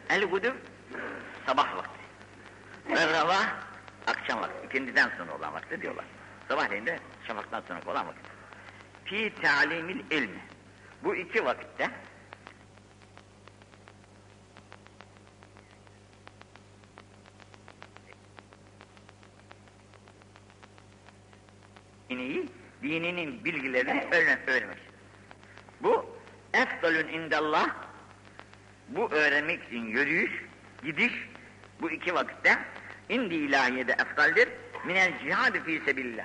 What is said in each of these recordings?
El-gudüv sabah vakti. Ve rava akşam vakti. İkindiden sonra olan vakti diyorlar. Sabahleyin de şafaktan sonra olan vakit. Fi ta'limil ilmi. Bu iki vakitte dininin bilgilerini öğrenmek. Bu efdalün indallah, bu öğrenmek için yürüyüş, gidiş, bu iki vakitte indi ilahiyede efdaldir minel cihad fi sebillah.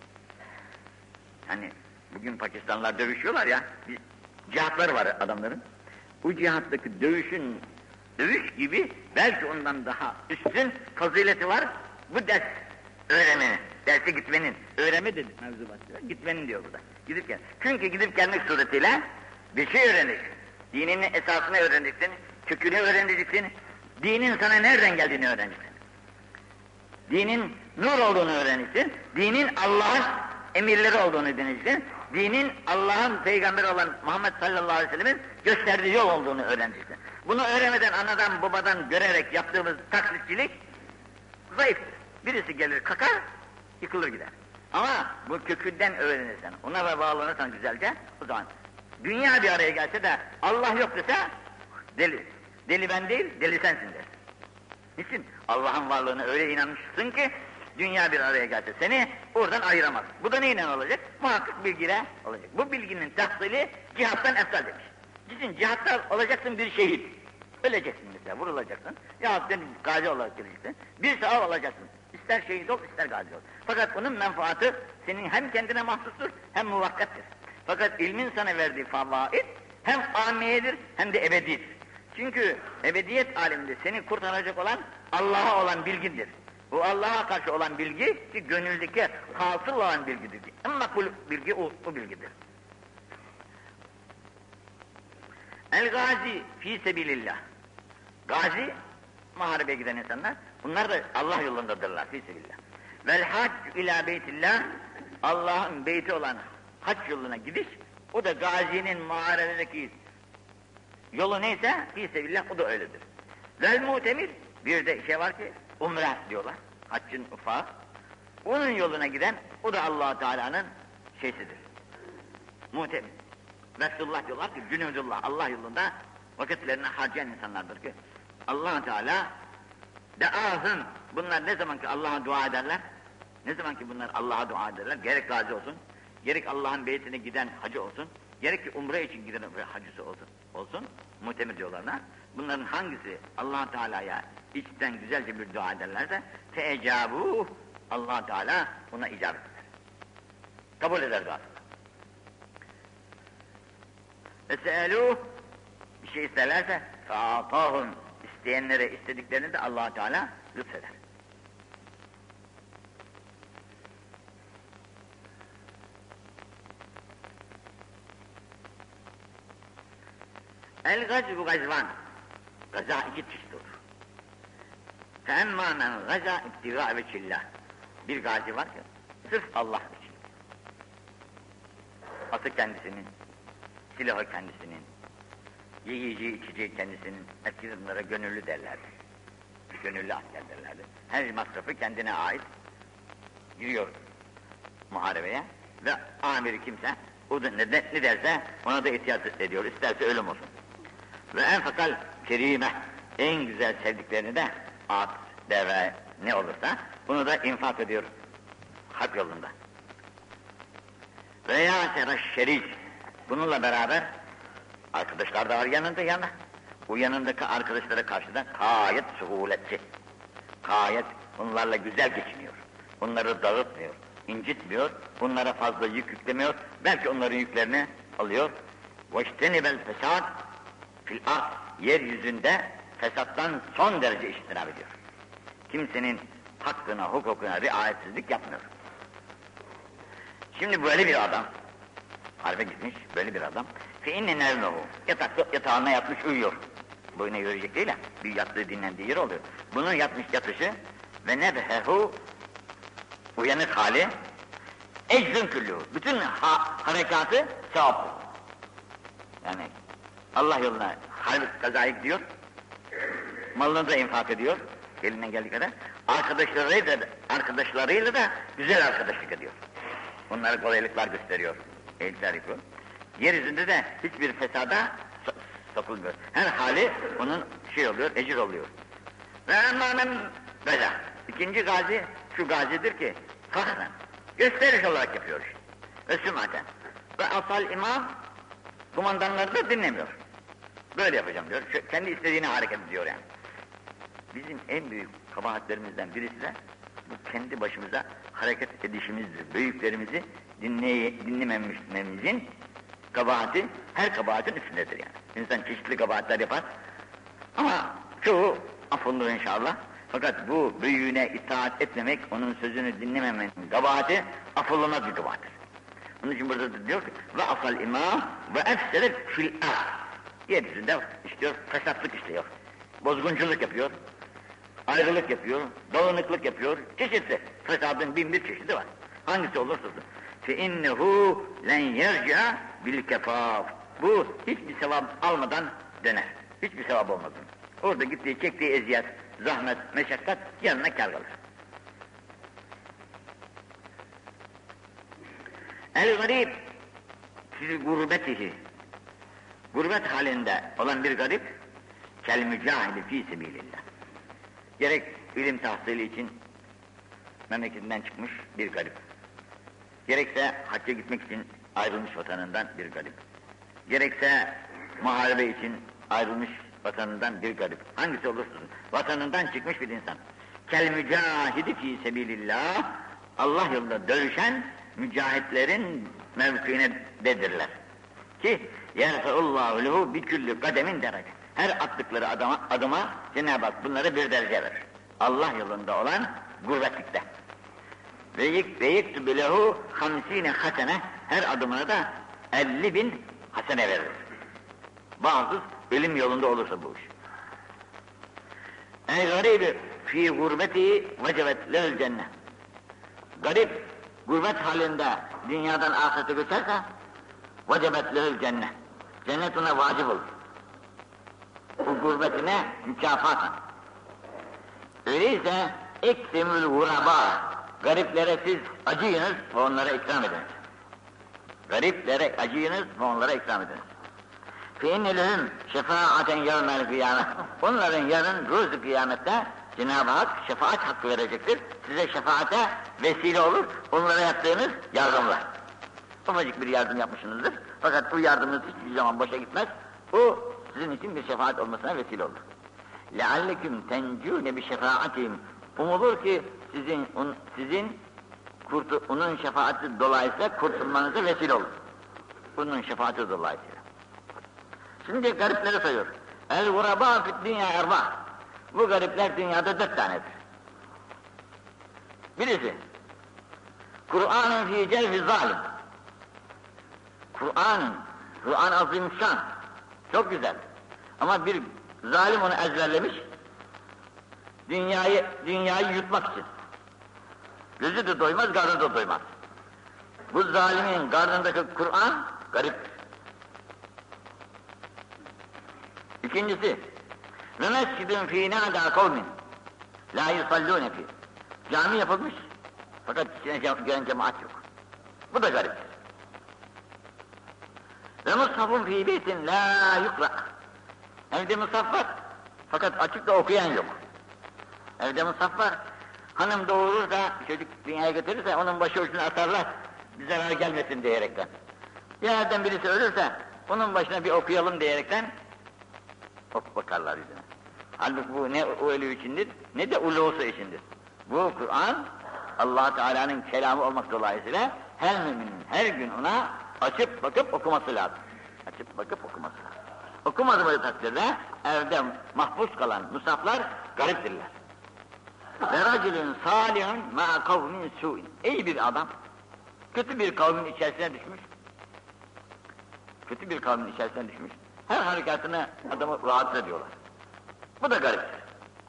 Hani bugün Pakistanlılar dövüşüyorlar ya, cihatları var adamların. Bu cihattaki dövüş gibi belki ondan daha üstün fazileti var bu ders öğrenmenin, derse gitmenin, öğrenme dedi mevzu başlıyor, gitmenin diyor burada. Gidip gel. Çünkü gidip gelmek suretiyle bir şey öğreneceksin. Dininin esasını öğreneceksin, kökünü öğreneceksin, dinin sana nereden geldiğini öğreneceksin. Dinin nur olduğunu öğreneceksin, dinin Allah'ın emirleri olduğunu öğreneceksin, dinin Allah'ın peygamberi olan Muhammed sallallahu aleyhi ve sellem'in gösterdiği yol olduğunu öğreneceksin. Bunu öğrenmeden anadan babadan görerek yaptığımız taklitçilik zayıftır. Birisi gelir kakar, yıkılır gider. Ama bu kökünden öğrenirsen, ona ve bağlanırsan güzelce, o zaman dünya bir araya gelse de Allah yok dese, deli. Deli ben değil, deli sensin der. Niçin? Allah'ın varlığına öyle inanmışsın ki, dünya bir araya gelse seni oradan ayıramaz. Bu da neyle olacak? Muhakkak bilgiyle olacak. Bu bilginin tahsili cihattan eftal demiş. Niçin? Cihatta olacaksın bir şehit. Öleceksin mesela, vurulacaksın. Ya sen gazi olarak geleceksin. Bir sağa olacaksın. İster şehit ol, ister gazi ol. Fakat bunun menfaati senin hem kendine mahsustur, hem muvakkattır. Fakat ilmin sana verdiği favaid hem âmiyedir, hem de ebedidir. Çünkü ebediyet aleminde seni kurtaracak olan Allah'a olan bilgindir. Bu Allah'a karşı olan bilgi, ki gönüldeki hasıl olan bilgidir. Ama bu bilgi o bilgidir. El-gazi fî sebilillah. Gazi, muharebeye giden insanlar, bunlar da Allah yolundadırlar fî sebilillah. Vel hac ila beytillah, Allah'ın beyti olan hac yoluna gidiş, o da gazinin muharebedeki yolu neyse fî sebilillah, o da öyledir. Vel mutemir, bir de şey var ki, umre diyorlar, haccın ufağı. Onun yoluna giden, o da Allah Teala'nın şeysidir. Mutemir. Resulullah diyorlar ki, cünüdullah, Allah yolunda vakitlerini harcayan insanlardır ki, Allah Teala deazın, bunlar ne zaman ki Allah'a dua ederler, ne zaman ki bunlar Allah'a dua ederler, gerek gazi olsun, gerek Allah'ın beytine giden hacı olsun, gerek ki umre için giden hacısı olsun, mutemir diyorlarına, bunların hangisi Allah Teala'ya içten güzelce bir dua ederlerse, feecabuh, Allah Teala buna icabet eder. Kabul eder duasını. Eseluh, bir şey isterlerse, featahum, isteyenlere istediklerini de Allah Teala lütfeder. El-gazvu gazvan, gaza iki çeşit olur. Feemmâ men gaza ibtigâ veçillah, bir gazi var ki, sırf Allah için. Atı kendisinin, silahı kendisinin, yiyeceği içeceği kendisinin, eski bunlara gönüllü derlerdi. Gönüllü asker derlerdi. Her masrafı kendine ait, giriyor muharebeye ve amiri kimse, o da ne derse ona da itaat ediyor, isterse ölüm olsun. Ve enfakal kerime, en güzel sevdiklerini de at, deve, ne olursa bunu da infak ediyor hak yolunda. Veya şerik, bununla beraber arkadaşlar da var yanında. Bu yanındaki arkadaşlara karşı da gayet suhuletçi, gayet bunlarla güzel geçiniyor. Bunları dağıtmıyor, incitmiyor, bunlara fazla yük yüklemiyor, belki onların yüklerini alıyor. وَاجْتَنِبَ الْفَسَادِ fil ard, yeryüzünde fesattan son derece iştinab ediyor. Kimsenin hakkına, hukukuna riayetsizlik yapmıyor. Şimdi böyle bir adam, harbe gitmiş, böyle bir adam, فَاِنَّ نَرْنَهُ, yatağına yatmış uyuyor. Boyuna yürüyecek değil ya, bir yattığı dinlendiği yer oluyor. Bunun yatmış yatışı ve nebhehu, uyanık hali, eczün küllü, bütün harekatı sevaptır. Yani Allah yoluna harbi kazaya gidiyor, malını da infak ediyor, elinden geldiği kadar. Arkadaşlarıyla da güzel arkadaşlık ediyor. Onlara kolaylıklar gösteriyor, iyilikler yapıyor. Yeryüzünde de hiçbir fesada sokulmuyor. Her hali onun oluyor, ecir oluyor. Ve emamen böyle. İkinci gazi, şu gazidir ki, fahran, gösteriş olarak yapıyor işte. Ve sümaten. Ve asal imam, kumandanları da dinlemiyor. Böyle yapacağım diyor, kendi istediğine hareket ediyor yani. Bizim en büyük kabahatlerimizden birisi de, bu kendi başımıza hareket edişimizdir. Büyüklerimizi dinlemememizin kabahati, her kabahatin üstündedir yani. İnsan çeşitli kabahatler yapar, ama çoğu affolunur inşallah. Fakat bu büyüğüne itaat etmemek, onun sözünü dinlememenin kabahati, affolunmaz bir kabahattir. Onun için burada da diyor ki, ve asal imam ve efsedet fil ard. Yeryüzünde istiyor, fesatlık istiyor, bozgunculuk yapıyor, ayrılık yapıyor, dağınıklık yapıyor, çeşitli. Fesadın bin bir çeşidi var. Hangisi olursa olsun. فَاِنَّهُ لَنْ يَرْجَعَ بِالْكَفَافِ. Bu hiçbir sevap almadan döner. Hiçbir sevap olmadan. Orada gittiği, çektiği eziyet, zahmet, meşakkat yanına kâr kalır. El-garib fi gurbetihi. Gurbet halinde olan bir garip, kel-mücahidi fî sebîlillah. Gerek ilim tahsili için memleketinden çıkmış bir garip, gerekse hacca gitmek için ayrılmış vatanından bir garip, gerekse muharebe için ayrılmış vatanından bir garip, hangisi olursa olsun, vatanından çıkmış bir insan. Kel mücahidi fî sebîlillah, Allah yolunda dövüşen mücahitlerin mevkiine dedirler. Ki yerfeullahu lehu bi külli kademin derece. Her attıkları adıma Cenab-ı Hak bunları bir derece verir. Allah yolunda olan gurbetlikte. Ve yektübü lehu 50 hasene, her adımına da 50.000 hasene verir. Bazı ilim yolunda olursa bu iş. Ey garibi fi gurbeti vecebet lehül cennet. Garip gurbet halinde dünyadan ahirete göçerse vecebet lehül cennet. Cennet ona vacip olur. Bu gurbetine mükafatın. Öyleyse eksimül guraba, gariplere siz acıyınız ve onlara ikram ediniz. Gariplere acıyınız ve onlara ikram ediniz. فَاِنَّ لَهُمْ شَفَاعَةً يَوْمَ الْقِيَامَةِ. Onların yarın rüz-i kıyamette Cenab-ı Hak şefaat hakkı verecektir. Size şefaate vesile olur, onlara yaptığınız yardımlar. Ufacık bir yardım yapmışsınızdır. Fakat bu yardımınız hiçbir zaman boşa gitmez. Bu sizin için bir şefaat olmasına vesile olur. لَعَلَّكُمْ تَنْجُونَ بِشَفَاعَتِهِمْ. Umulur ki onun şefaati dolayısıyla kurtulmanıza vesile olur. Bunun şefaati dolayısıyla. Şimdi garipleri sayıyor. El-gurabâ fid dünya erbâ. Bu garipler dünyada 4 tanedir. Birisi, Kur'an'ın fî celfi zalim. Kur'an azimüşşan, çok güzel. Ama bir zalim onu ezberlemiş, dünyayı yutmak için. Gözü de doymaz, karnı da doymaz. Bu zalimin karnındaki Kur'an garip. İkincisi, ve mescidin fî nâdâ kavmin lâ yusallûne fî. Cami yapılmış, fakat içine giren cemaat yok. Bu da gariptir. Ve mushafun fî beytin lâ yukra. Evde mushaf var, fakat açık da okuyan yok. Evde mushaf var, hanım doğurur da çocuk dünyaya götürürse onun başı ucuna atarlar, bir zarar gelmesin diyerekten. Yerden birisi ölürse, onun başına bir okuyalım diyerekten bakarlar yüzüne. Halbuki bu ne o ölü içindir, ne de ulusu içindir. Bu Kur'an, Allah Teala'nın kelamı olmak dolayısıyla her müminin her gün ona açıp bakıp okuması lazım. Açıp bakıp okuması lazım. Okumadığı takdirde evde mahpus kalan musaflar gariptirler. Ve racülün salihun ma kavmin su'in. İyi bir adam, kötü bir kavmin içerisine düşmüş. Kötü bir kavmin içerisine düşmüş. Her harekatını adamı rahatsız ediyorlar. Bu da gariptir.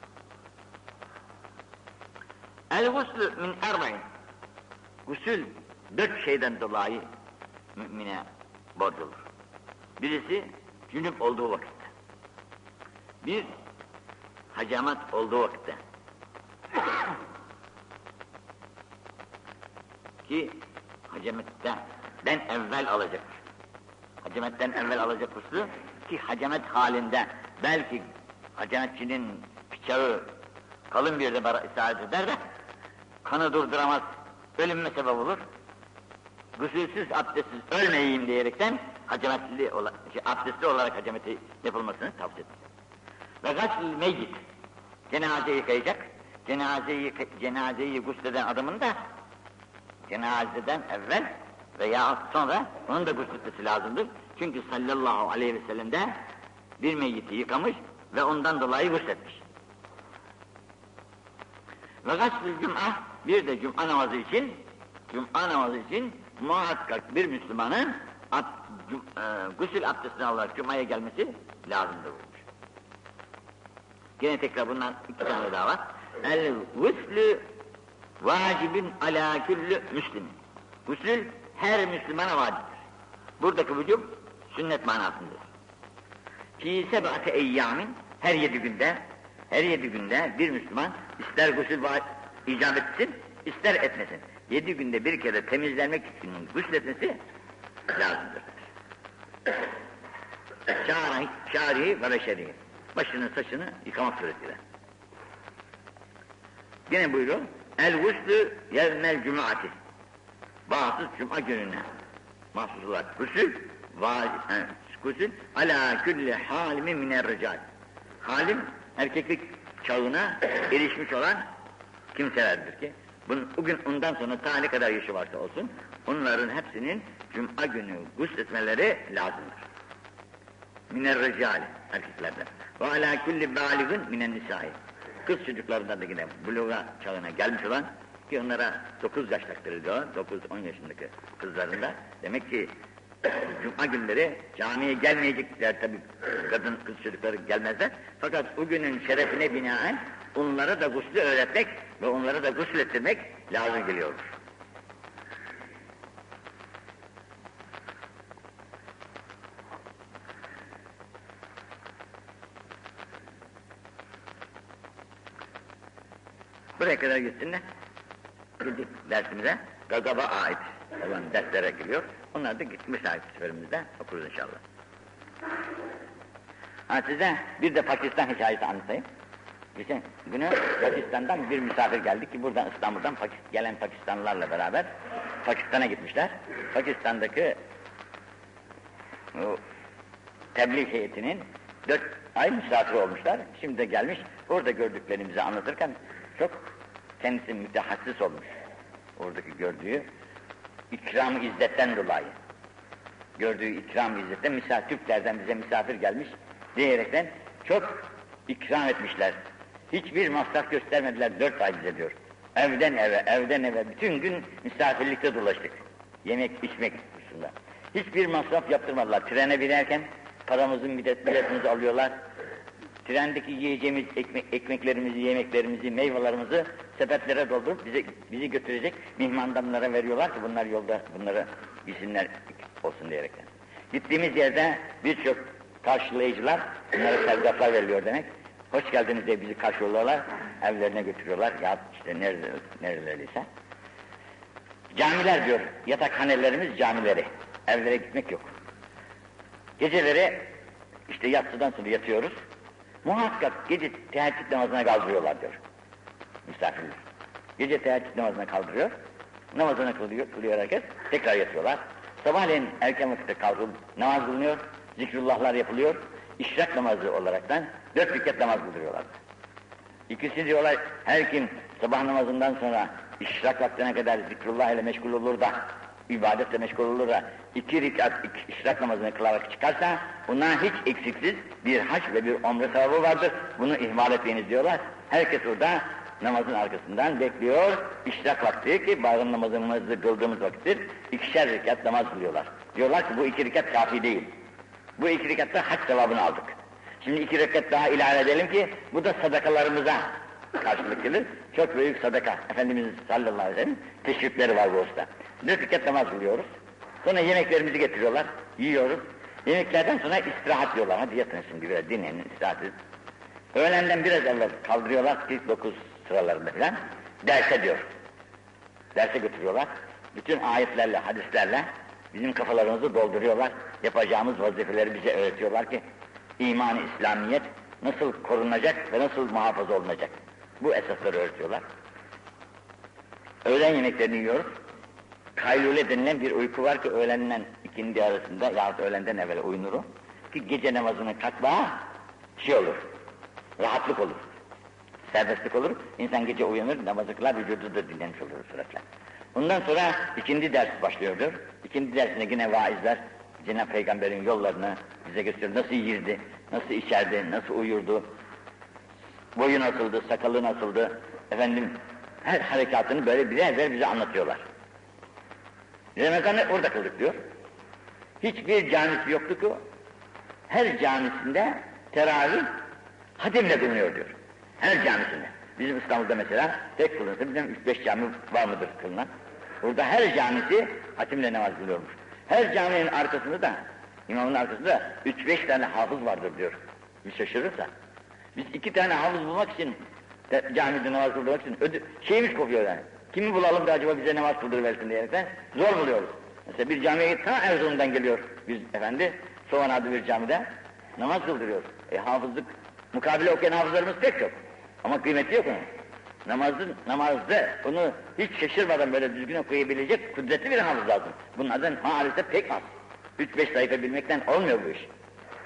El-guslü min erba'in. Gusül 4 şeyden dolayı mümine borç olur. Birisi cünüp olduğu vakitte. Bir, hacamat olduğu vakitte. Ki hacametten evvel alacak. Hacametten evvel alacak huslu ki hacamet halinde belki hacametçinin bıçağı kalın bir de bara isabet eder de kanı durduramaz, ölüme sebep olur. Gusülsüz, abdestsiz ölmeyeyim diyerekten abdestli olarak hacameti yapılmasını tavsiye eder. Ve gaslül meyyit, cenazeyi yıkayacak, cenazeyi gusleden adamın da cenazeden evvel veya sonra onun da gusletmesi lazımdır. Çünkü sallallahu aleyhi ve sellem de bir meyyiti yıkamış ve ondan dolayı gusletmiş. Ve gaslül cum'a, bir de cuma namazı için muhakkak bir Müslümanın gusül abdestini alarak cumaya gelmesi lazımdır olmuş. Gene tekrar bundan 2 tane daha var. El-guslü vacibin alâ küllü müslimin. Gusül her Müslümana vaciptir. Buradaki vücub sünnet manasındır. Fî seb'ate eyyâmin, her 7 günde bir Müslüman ister gusül icap etsin, ister etmesin. 7 günde bir kere temizlenmek için gusletmesi lazımdır. Şâri ve beşeri, başını saçını yıkamak suretiyle. Yine buyuruyor, el-guslü yevmel cum'ati, bağımsız cuma gününe mahsus olarak gusül alâ külli halimin minerrical. Halim, erkeklik çağına erişmiş olan kimselerdir ki, bugün ondan sonra ta ne kadar yaşı varsa olsun, onların hepsinin cuma günü gusletmeleri lazımdır. Minerrical, erkeklerden. Ve alâ külli bâligın minen nisâi. Kız çocuklarından da yine buluğa çağına gelmiş olan, ki onlara 9 yaş taktırılıyor, 9-10 yaşındaki kızlarında. Demek ki cuma günleri camiye gelmeyecekler, tabi kadın kız çocukları gelmezler. Fakat bugünün şerefine binaen onlara da guslü öğretmek ve onlara da gusül ettirmek lazım geliyordur. Buraya kadar gitsin de girdik dersimize, gagaba ait olan derslere giriyor. Onlar da gitmiş ait seferimizde okuruz inşallah. Size bir de Pakistan hikayesi anlatayım. Geçen günü Pakistan'dan bir misafir geldi ki buradan İstanbul'dan gelen Pakistanlılarla beraber Pakistan'a gitmişler. Pakistan'daki tebliğ heyetinin 4 ay misafir olmuşlar. Şimdi de gelmiş, orada gördüklerimizi anlatırken çok kendisi mütehassis olmuş. Oradaki gördüğü ikram-ı izzetten dolayı. Gördüğü ikram-ı izzetten Türklerden bize misafir gelmiş diyerekten çok ikram etmişler. Hiçbir masraf göstermediler, 4 ay bize diyor. Evden eve, bütün gün misafirlikte dolaştık. Yemek, içmek dışında. Hiçbir masraf yaptırmadılar. Trene binerken paramızın biletimizi alıyorlar. Trendeki yiyeceğimiz ekmeklerimizi, yemeklerimizi, meyvelerimizi sepetlere doldurup bizi götürecek mihmandamlara veriyorlar ki bunlar yolda bunları yesinler olsun diyerekten. Gittiğimiz yerde birçok karşılayıcılar, bunlara sevdaflar veriliyor demek. Hoş geldiniz diye bizi karşılıyorlar, evlerine götürüyorlar ya işte nerelerdeyse. Camiler diyor, yatakhanelerimiz camileri, evlere gitmek yok. Geceleri işte yatsıdan sonra yatıyoruz. Muhakkak gece teheccüd namazına kaldırıyorlar diyor misafirler. Gece teheccüd namazına kaldırıyor, namazını kılıyor herkes, tekrar yatıyorlar. Sabahleyin erken vakitte kalkıp namaz kılınıyor, zikrullahlar yapılıyor, işrak namazı olaraktan 4 rekat namaz kılıyorlar. İkisi diyorlar, her kim sabah namazından sonra işrak vaktine kadar zikrullah ile meşgul olur da, ibadetle meşgul olur da 2 rekat işrak namazını kılarak çıkarsa, bundan hiç eksiksiz bir hac ve bir umre sevabı vardır. Bunu ihmal etmeyiniz diyorlar. Herkes orada namazın arkasından bekliyor. İşrak vakti ki bayram namazımızı kıldığımız vakittir. 2'şer rekat namaz kılıyorlar. Diyorlar ki bu 2 rekat kafi değil. Bu 2 rekatta hac sevabını aldık. Şimdi 2 rekat daha ilave edelim ki bu da sadakalarımıza karşılık gelir. Çok büyük sadaka. Efendimiz sallallahu aleyhi ve sellem teşrifleri var bu usta. 4 rekat namaz kılıyoruz. Sonra yemeklerimizi getiriyorlar. Yiyoruz. Yemeklerden sonra istirahat diyorlar. Hadi yatın şimdi biraz dinlenin, istirahat edin. Öğlenden biraz evvel kaldırıyorlar, 49 sıralarında falan, derse diyor. Derse götürüyorlar. Bütün ayetlerle, hadislerle bizim kafalarımızı dolduruyorlar. Yapacağımız vazifeleri bize öğretiyorlar ki iman-ı İslamiyet nasıl korunacak ve nasıl muhafaza olunacak. Bu esasları öğretiyorlar. Öğlen yemeklerini yiyoruz. Kaylule denilen bir uyku var ki öğlenden ikindi arasında yahut öğlenden evvel uyunur o. Ki gece namazını kalkmaya olur, rahatlık olur, serbestlik olur. İnsan gece uyanır, namazı kılar, vücudu da dinlenmiş olur sürekli. Ondan sonra ikindi ders başlıyordur. İkindi dersinde yine vaizler Cenab-ı Peygamber'in yollarını bize gösteriyor. Nasıl yiyirdi, nasıl içerdi, nasıl uyurdu, boyu nasıldı, sakalı nasıldı, efendim her harekatını böyle birer bize anlatıyorlar. Ramazan'ı orada kıldık diyor. Hiçbir camisi yoktu ki her camisinde teravih hatimle kılınıyor diyor. Her camisinde. Bizim İstanbul'da mesela tek kılınsa bizim 3-5 cami var mıdır kılınan? Burada her camisi hatimle namaz kılıyormuş. Her caminin arkasında da, imamın arkasında 3-5 tane hafız vardır diyor. Bir şaşırırsa. Biz 2 tane hafız bulmak için, camide namaz kıldırmak için şeyimiz kopuyor yani. Kimi bulalım da acaba bize namaz kıldırıversin diyerekten zor buluyoruz. Mesela bir camiye ta Erzurum'dan geliyor biz efendi, Soğan adlı bir camide namaz kıldırıyoruz. Hafızlık, mukabele okuyan hafızlarımız pek çok. Ama kıymeti yok onun. Namazda onu hiç şaşırmadan böyle düzgün okuyabilecek kudretli bir hafız lazım. Bunlardan maalesef pek az. 3-5 sayfa bilmekten olmuyor bu iş.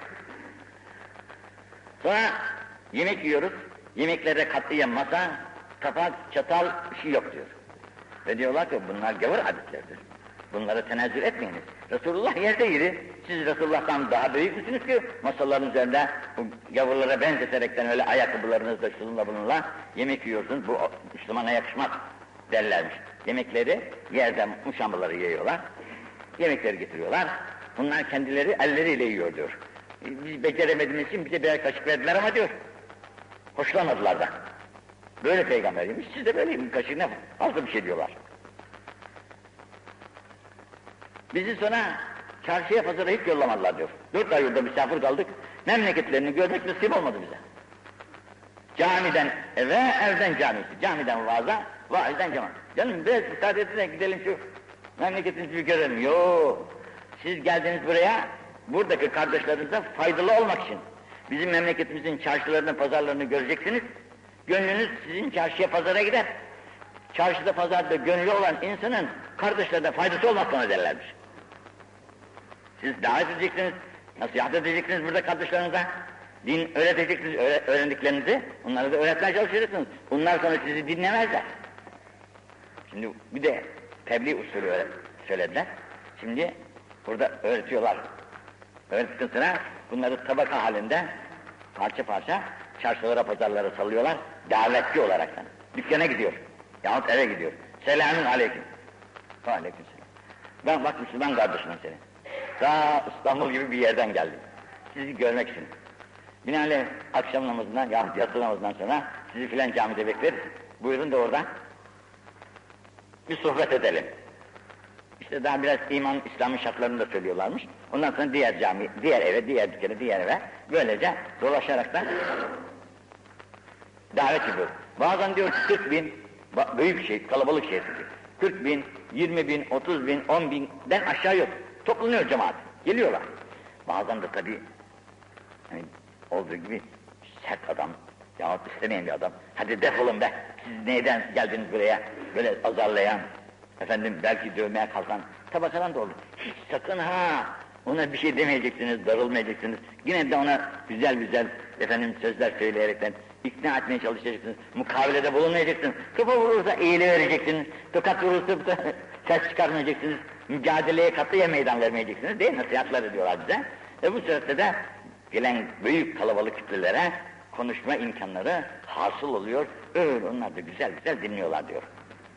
Sonra yemek yiyoruz. Yemeklerde katliyen masa, tabak, çatal bir şey yok diyor. Ve diyorlar ki bunlar gavur adetlerdir. Bunlara tenezzül etmeyiniz. Resulullah yerde yeri. Siz Resulullah'tan daha büyük müsünüz ki masaların üzerinde bu gavurlara benzeterekten öyle ayakkabılarınızla şununla bununla yemek yiyorsunuz. Bu Müslümana yakışmaz derlermiş. Yemekleri yerde muşambaları yiyorlar. Yemekleri getiriyorlar. Bunlar kendileri elleriyle yiyor diyor. Biz beceremediğimiz için bize birer kaşık verdiler ama diyor. Hoşlanmadılar da. Böyle peygamberiymiş, siz de böyleyim, kaşığına fazla bir şey diyorlar. Bizi sonra çarşıya pazara hiç yollamadılar diyor. 4 ay yurda misafir kaldık, memleketlerini görmek nasip olmadı bize. Camiden eve, evden camisi, camiden vaaza, vaazdan cemaat. Canım biraz müsaade edin de gidelim şu memleketimizi bir görelim. Yoo, siz geldiniz buraya, buradaki kardeşlerinize faydalı olmak için. Bizim memleketimizin çarşılarını, pazarlarını göreceksiniz. Gönlünüz sizin çarşıya, pazara gider. Çarşıda, pazarda gönlü olan insanın kardeşlerine faydası olmaktan derlermiş. Siz davet edeceksiniz, nasihat edeceksiniz burada kardeşlerinize. Din öğreteceksiniz, öğrendiklerinizi, onları da öğretmeye çalışacaksınız. Bunlar sonra sizi dinlemezler. Şimdi bir de tebliğ usulü söylediler. Şimdi burada öğretiyorlar. Öğrettikten sonra bunları tabaka halinde parça parça çarşılara, pazarlara salıyorlar, davetçi olaraktan. Dükkana gidiyor, yahut eve gidiyor. Selamün aleyküm. Aleyküm selam. Ben bak Müslüman kardeşim senin. Ta İstanbul gibi bir yerden geldim. Sizi görmek için. Binaenaleyh akşam namazından, yahut yatsı namazından sonra sizi filan camide bekleriz. Buyurun da oradan bir sohbet edelim. İşte daha biraz iman, İslam'ın şartlarını da söylüyorlarmış. Ondan sonra diğer cami, diğer eve, diğer dükkana, diğer eve böylece dolaşaraktan davet ediyor. Bazen diyor 40 bin, büyük şey, kalabalık şey diyor. 40 bin, 20 bin, 30 bin, 10 binden aşağı yok. Toplanıyor cemaat, geliyorlar. Bazen de tabii hani olduğu gibi sert adam yahut istemeyen bir adam. Hadi defolun be, siz neyden geldiniz buraya böyle azarlayan, efendim belki dövmeye kalkan tabakadan da oldu. Hiç sakın ha, ona bir şey demeyeceksiniz, darılmayacaksınız. Yine de ona güzel efendim sözler söyleyerekten ikna etmeye çalışacaksınız. Mukavelede bulunmayacaksınız. Kafa vurursa eğile vereceksiniz. Tokat vurursa ses çıkarmayacaksınız. Mücadeleye katıya meydan vermeyeceksiniz diye nasihatler ediyorlar bize. Bu sırada da gelen büyük kalabalık kitlelere konuşma imkanları hasıl oluyor. Öyle onlar da güzel dinliyorlar diyor.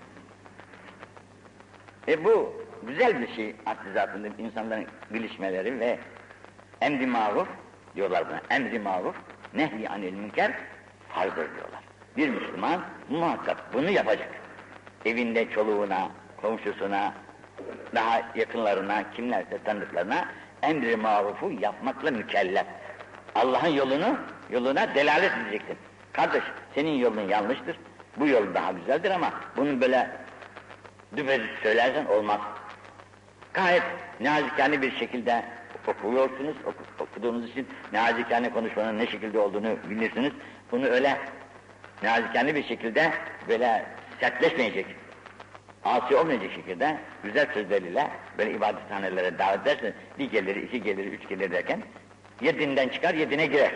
Bu güzel bir şey aklı zatında insanların bilişmeleri ve emri maruf diyorlar buna. Emri maruf, nehy anil münker farzdır diyorlar. Bir Müslüman muhakkak bunu yapacak. Evinde çoluğuna, komşusuna, daha yakınlarına, kimlerse tanıdıklarına emri marufu yapmakla mükellef. Allah'ın yolunu yoluna delalet edeceksin. Kardeş, senin yolun yanlıştır, bu yol daha güzeldir ama bunu böyle düpedüz söylersen olmaz. Gayet nazikane bir şekilde okuyorsunuz, okuduğunuz için nazikane konuşmanın ne şekilde olduğunu bilirsiniz. Bunu öyle nazikane bir şekilde böyle sertleşmeyecek, asi olmayacak şekilde güzel sözleriyle böyle ibadethanelere davet edersiniz. Bir gelir, iki gelir, üç gelir derken yedinden çıkar, yedine girer.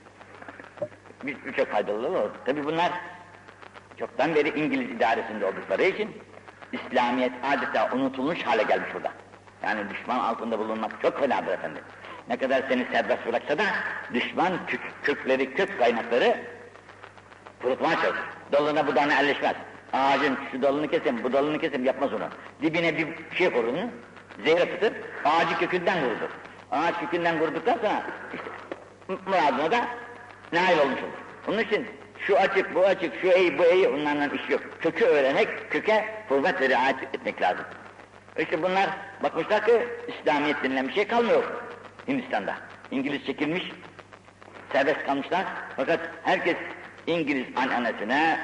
Birçok faydalı olur. Tabi bunlar çoktan beri İngiliz idaresinde oldukları için İslamiyet adeta unutulmuş hale gelmiş burada. Yani düşman altında bulunmak çok fenadır efendim. Ne kadar seni serbest bıraksa da düşman kökleri, kök kaynakları kurutmaya çalışır. Dalına budağına elleşmez. Ağacın şu dalını kesin, bu dalını kesin yapmaz onu. Dibine bir şey korur, zehir akıtır, ağacı kökünden kurutur. Ağaç kökünden kuruduktan sonra işte muradına da nail olmuş olur. Onun için şu açık, bu açık, şu eğ, bu eğ onlarla iş yok. Kökü öğrenmek, köke hürmet ve riayet etmek lazım. İşte bunlar bakmışlar ki İslamiyet denilen bir şey kalmıyor Hindistan'da. İngiliz çekilmiş, serbest kalmışlar. Fakat herkes İngiliz ananesine,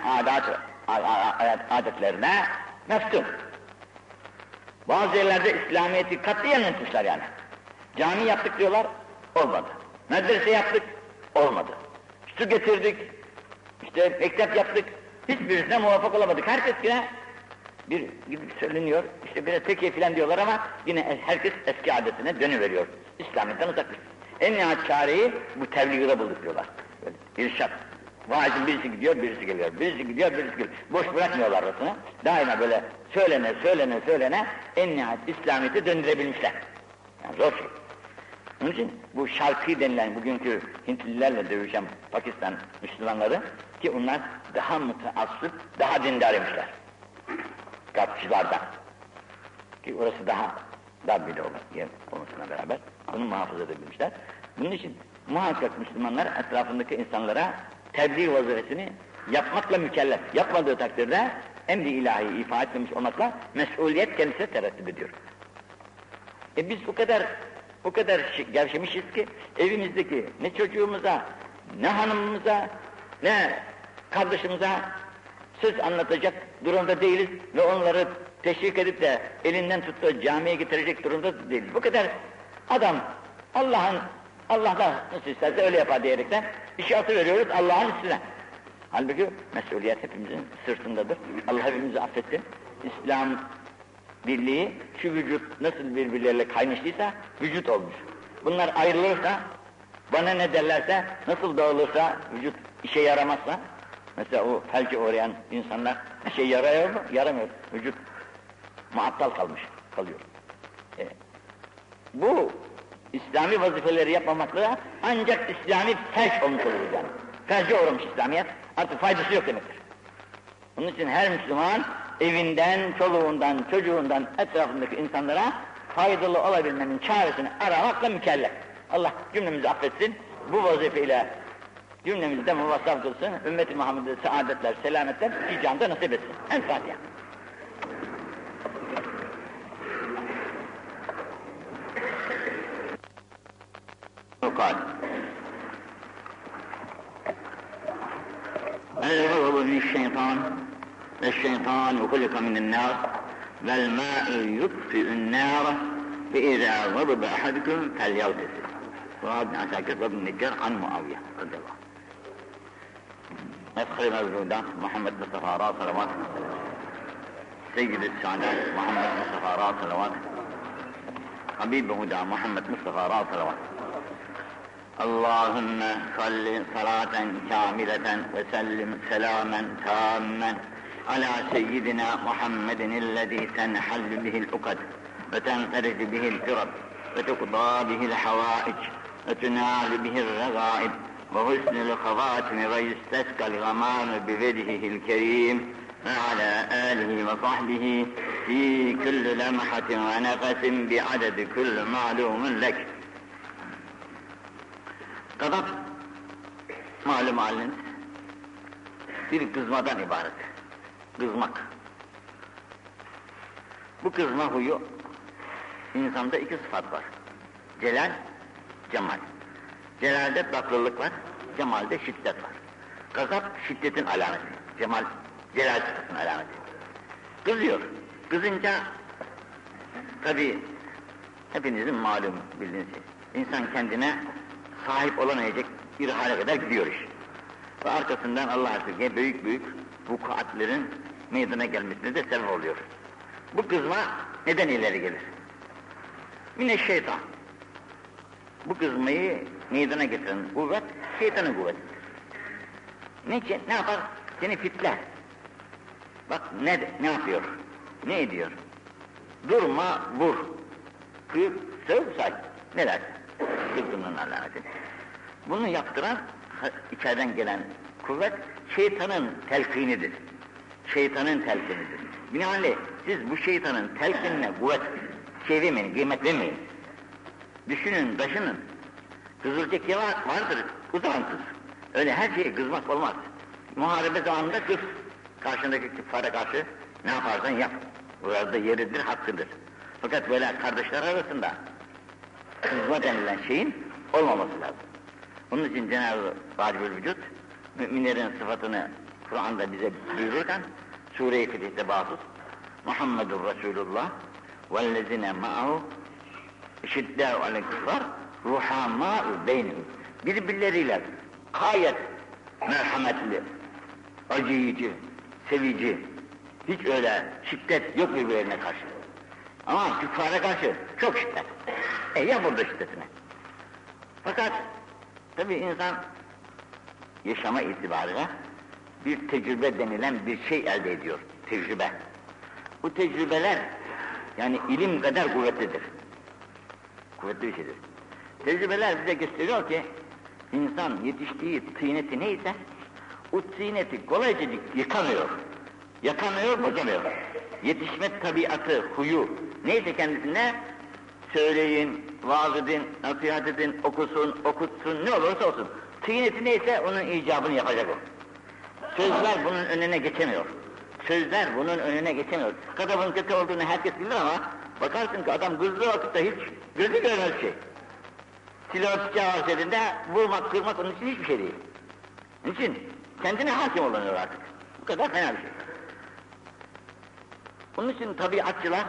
adetlerine meftun. Bazı yerlerde İslamiyet'i katiyen unutmuşlar yani. Cami yaptık diyorlar, olmadı. Medrese yaptık, olmadı. Su getirdik, işte mektep yaptık, hiçbirisine muvaffak olamadık. Herkes yine bir gidip söyleniyor, işte bir tekiye filan diyorlar ama yine herkes eski adetine dönüveriyor. İslamiyet'ten uzaklaşıyor. En nihayet çareyi bu tebliğde bulduk diyorlar. Böyle irşat. Vaazın birisi gidiyor, birisi geliyor, birisi gidiyor, birisi geliyor. Boş bırakmıyorlar arasını. Daima böyle söylene en nihayet İslamiyet'i döndürebilmişler. Yani zor şey. Onun için bu Şarkı denilen bugünkü Hintlilerle dövüşen Pakistan Müslümanları ki onlar daha müteassıp, daha dindarıymışlar. Kapçılardan. Ki orası daha dar bir yer olmasına beraber bunu muhafaza edebilmişler. Bunun için muhakkak Müslümanlar etrafındaki insanlara tebliğ vazifesini yapmakla mükellef. Yapmadığı takdirde emri ilahi ifa etmemiş olmakla mesuliyet kendisine terettüp ediyor. Biz bu kadar gevşemişiz ki evimizdeki ne çocuğumuza, ne hanımımıza, ne kardeşimize söz anlatacak durumda değiliz ve onları teşvik edip de elinden tuttuğu camiye getirecek durumda değiliz. Bu kadar adam Allah nasıl isterse öyle yapar diyerekten işi atıveriyoruz Allah'ın üstüne. Halbuki mesuliyet hepimizin sırtındadır. Allah hepimizi affetsin. İslam birliği, şu vücut nasıl birbirleriyle kaynaştıysa vücut olmuş. Bunlar ayrılırsa, bana ne derlerse, nasıl dağılırsa, vücut işe yaramazsa, mesela o felce uğrayan insanlar işe yarıyor mu? Yaramıyor. Vücut muattal kalıyor. Bu İslami vazifeleri yapmamakla ancak İslami felç olmuş olur yani. Felce uğramış İslamiyet, artık faydası yok demektir. Onun için her Müslüman evinden, çoluğundan, çocuğundan, etrafındaki insanlara faydalı olabilmenin çaresini aramakla mükellef. Allah cümlemizi affetsin, bu vazifeyle cümlemizi de muvaffak kılsın, ümmet-i Muhammed'e saadetler, selametler, icamda nasip etsin. El Fatiha. قال الغضب من الشيطان الشيطان خلق من النار والماء يطفئ النار فإذا غضب أحدكم فليغتسل. رواه ابن عساكر وابن النجار عن معاوية رضي الله عنه. مفخر الموجودات محمد مصطفى راس صلوات سيد السعداء محمد مصطفى راس صلوات حبيب هدى محمد مصطفى راس صلوات. اللهم صل صلاة كاملة وسلم سلاما تاما على سيدنا محمد الذي تنحل به العقد وتنفرج به الكرب وتقضى به الحوائج وتنال به الرغائب وحسن الخواتم ويستسقى الغمام بوجهه الكريم وعلى آله وصحبه في كل لمحة ونفس بعدد كل معلوم لك. Gazap, malum haliniz, bir kızmadan ibaret. Kızmak. Bu kızma huyu, insanda iki sıfat var. Celal, cemal. Celalde tatlılık var, cemalde şiddet var. Gazap şiddetin alameti. Cemal, celal sıfatının alameti. Kızıyor. Kızınca tabii hepinizin malum bildiğiniz şey. İnsan kendine sahip olamayacak bir hale kadar gidiyor iş. Ve arkasından Allah aşkına büyük büyük vukuatlerin meydana gelmesine de sebep oluyor. Bu kızma neden ileri gelir? Yine şeytan. Bu kızmayı meydana getiren kuvvet, şeytanın kuvvetidir. Niçin? Ne yapar? Seni fitler. Bak ne yapıyor? Ne ediyor? Durma, vur. Kır, söv, say. Ne dersin? Kızgınlığın alameti. Bunu yaptıran, içeriden gelen kuvvet, şeytanın telkinidir. Şeytanın telkinidir. Binaenaleyh, siz bu şeytanın telkinine kuvvet vermeyin, kıymet vermeyin. Düşünün, taşının. Kızılacak yer vardır, uzağımsız. Öyle her şeye kızmak olmaz. Muharebe zamanında kız. Karşındaki küffara karşı ne yaparsan yap. Burada yeridir, hakkıdır. Fakat böyle kardeşler arasında kızma denilen şeyin olmaması lazım. Onun için Cenab-ı Vacibül Vücud, müminlerin sıfatını Kur'an'da bize buyururken, Sure-i Fetih'te bahsus, Muhammedur Resulullah vellezine ma'ahu eşiddâ'u alel-küffâr ruhamâ'u beynihim. Birbirleriyle gayet merhametli, acıyıcı, sevici, hiç öyle şiddet yok birbirlerine karşı. Ama küffara karşı çok şiddet. Ya burada şiddetine. Fakat tabii insan yaşama itibariyle bir tecrübe denilen bir şey elde ediyor. Tecrübe. Bu tecrübeler yani ilim kadar kuvvetlidir. Kuvvetli bir şeydir. Tecrübeler bize gösteriyor ki insan yetiştiği tîneti neyse o tîneti kolayca yıkamıyor. Yakamıyor, bozamıyor. Yetişme tabiatı, huyu neyse kendisine söyleyin, vaaz edin, nasihat edin, okusun, okutsun, ne olursa olsun. Tîneti neyse onun icabını yapacak o. Sözler bunun önüne geçemiyor. Sözler bunun önüne geçemiyor. Kadının kötü olduğunu herkes bilir ama bakarsın ki adam kızdığı vakitte hiç gözü görmez şey. Silahı bıçağı var elinde, vurmak, kırmak onun için hiçbir şey değil. Onun için kendine hakim olanıyor artık. Bu kadar fena bir şey. Onun için tabiatçılar,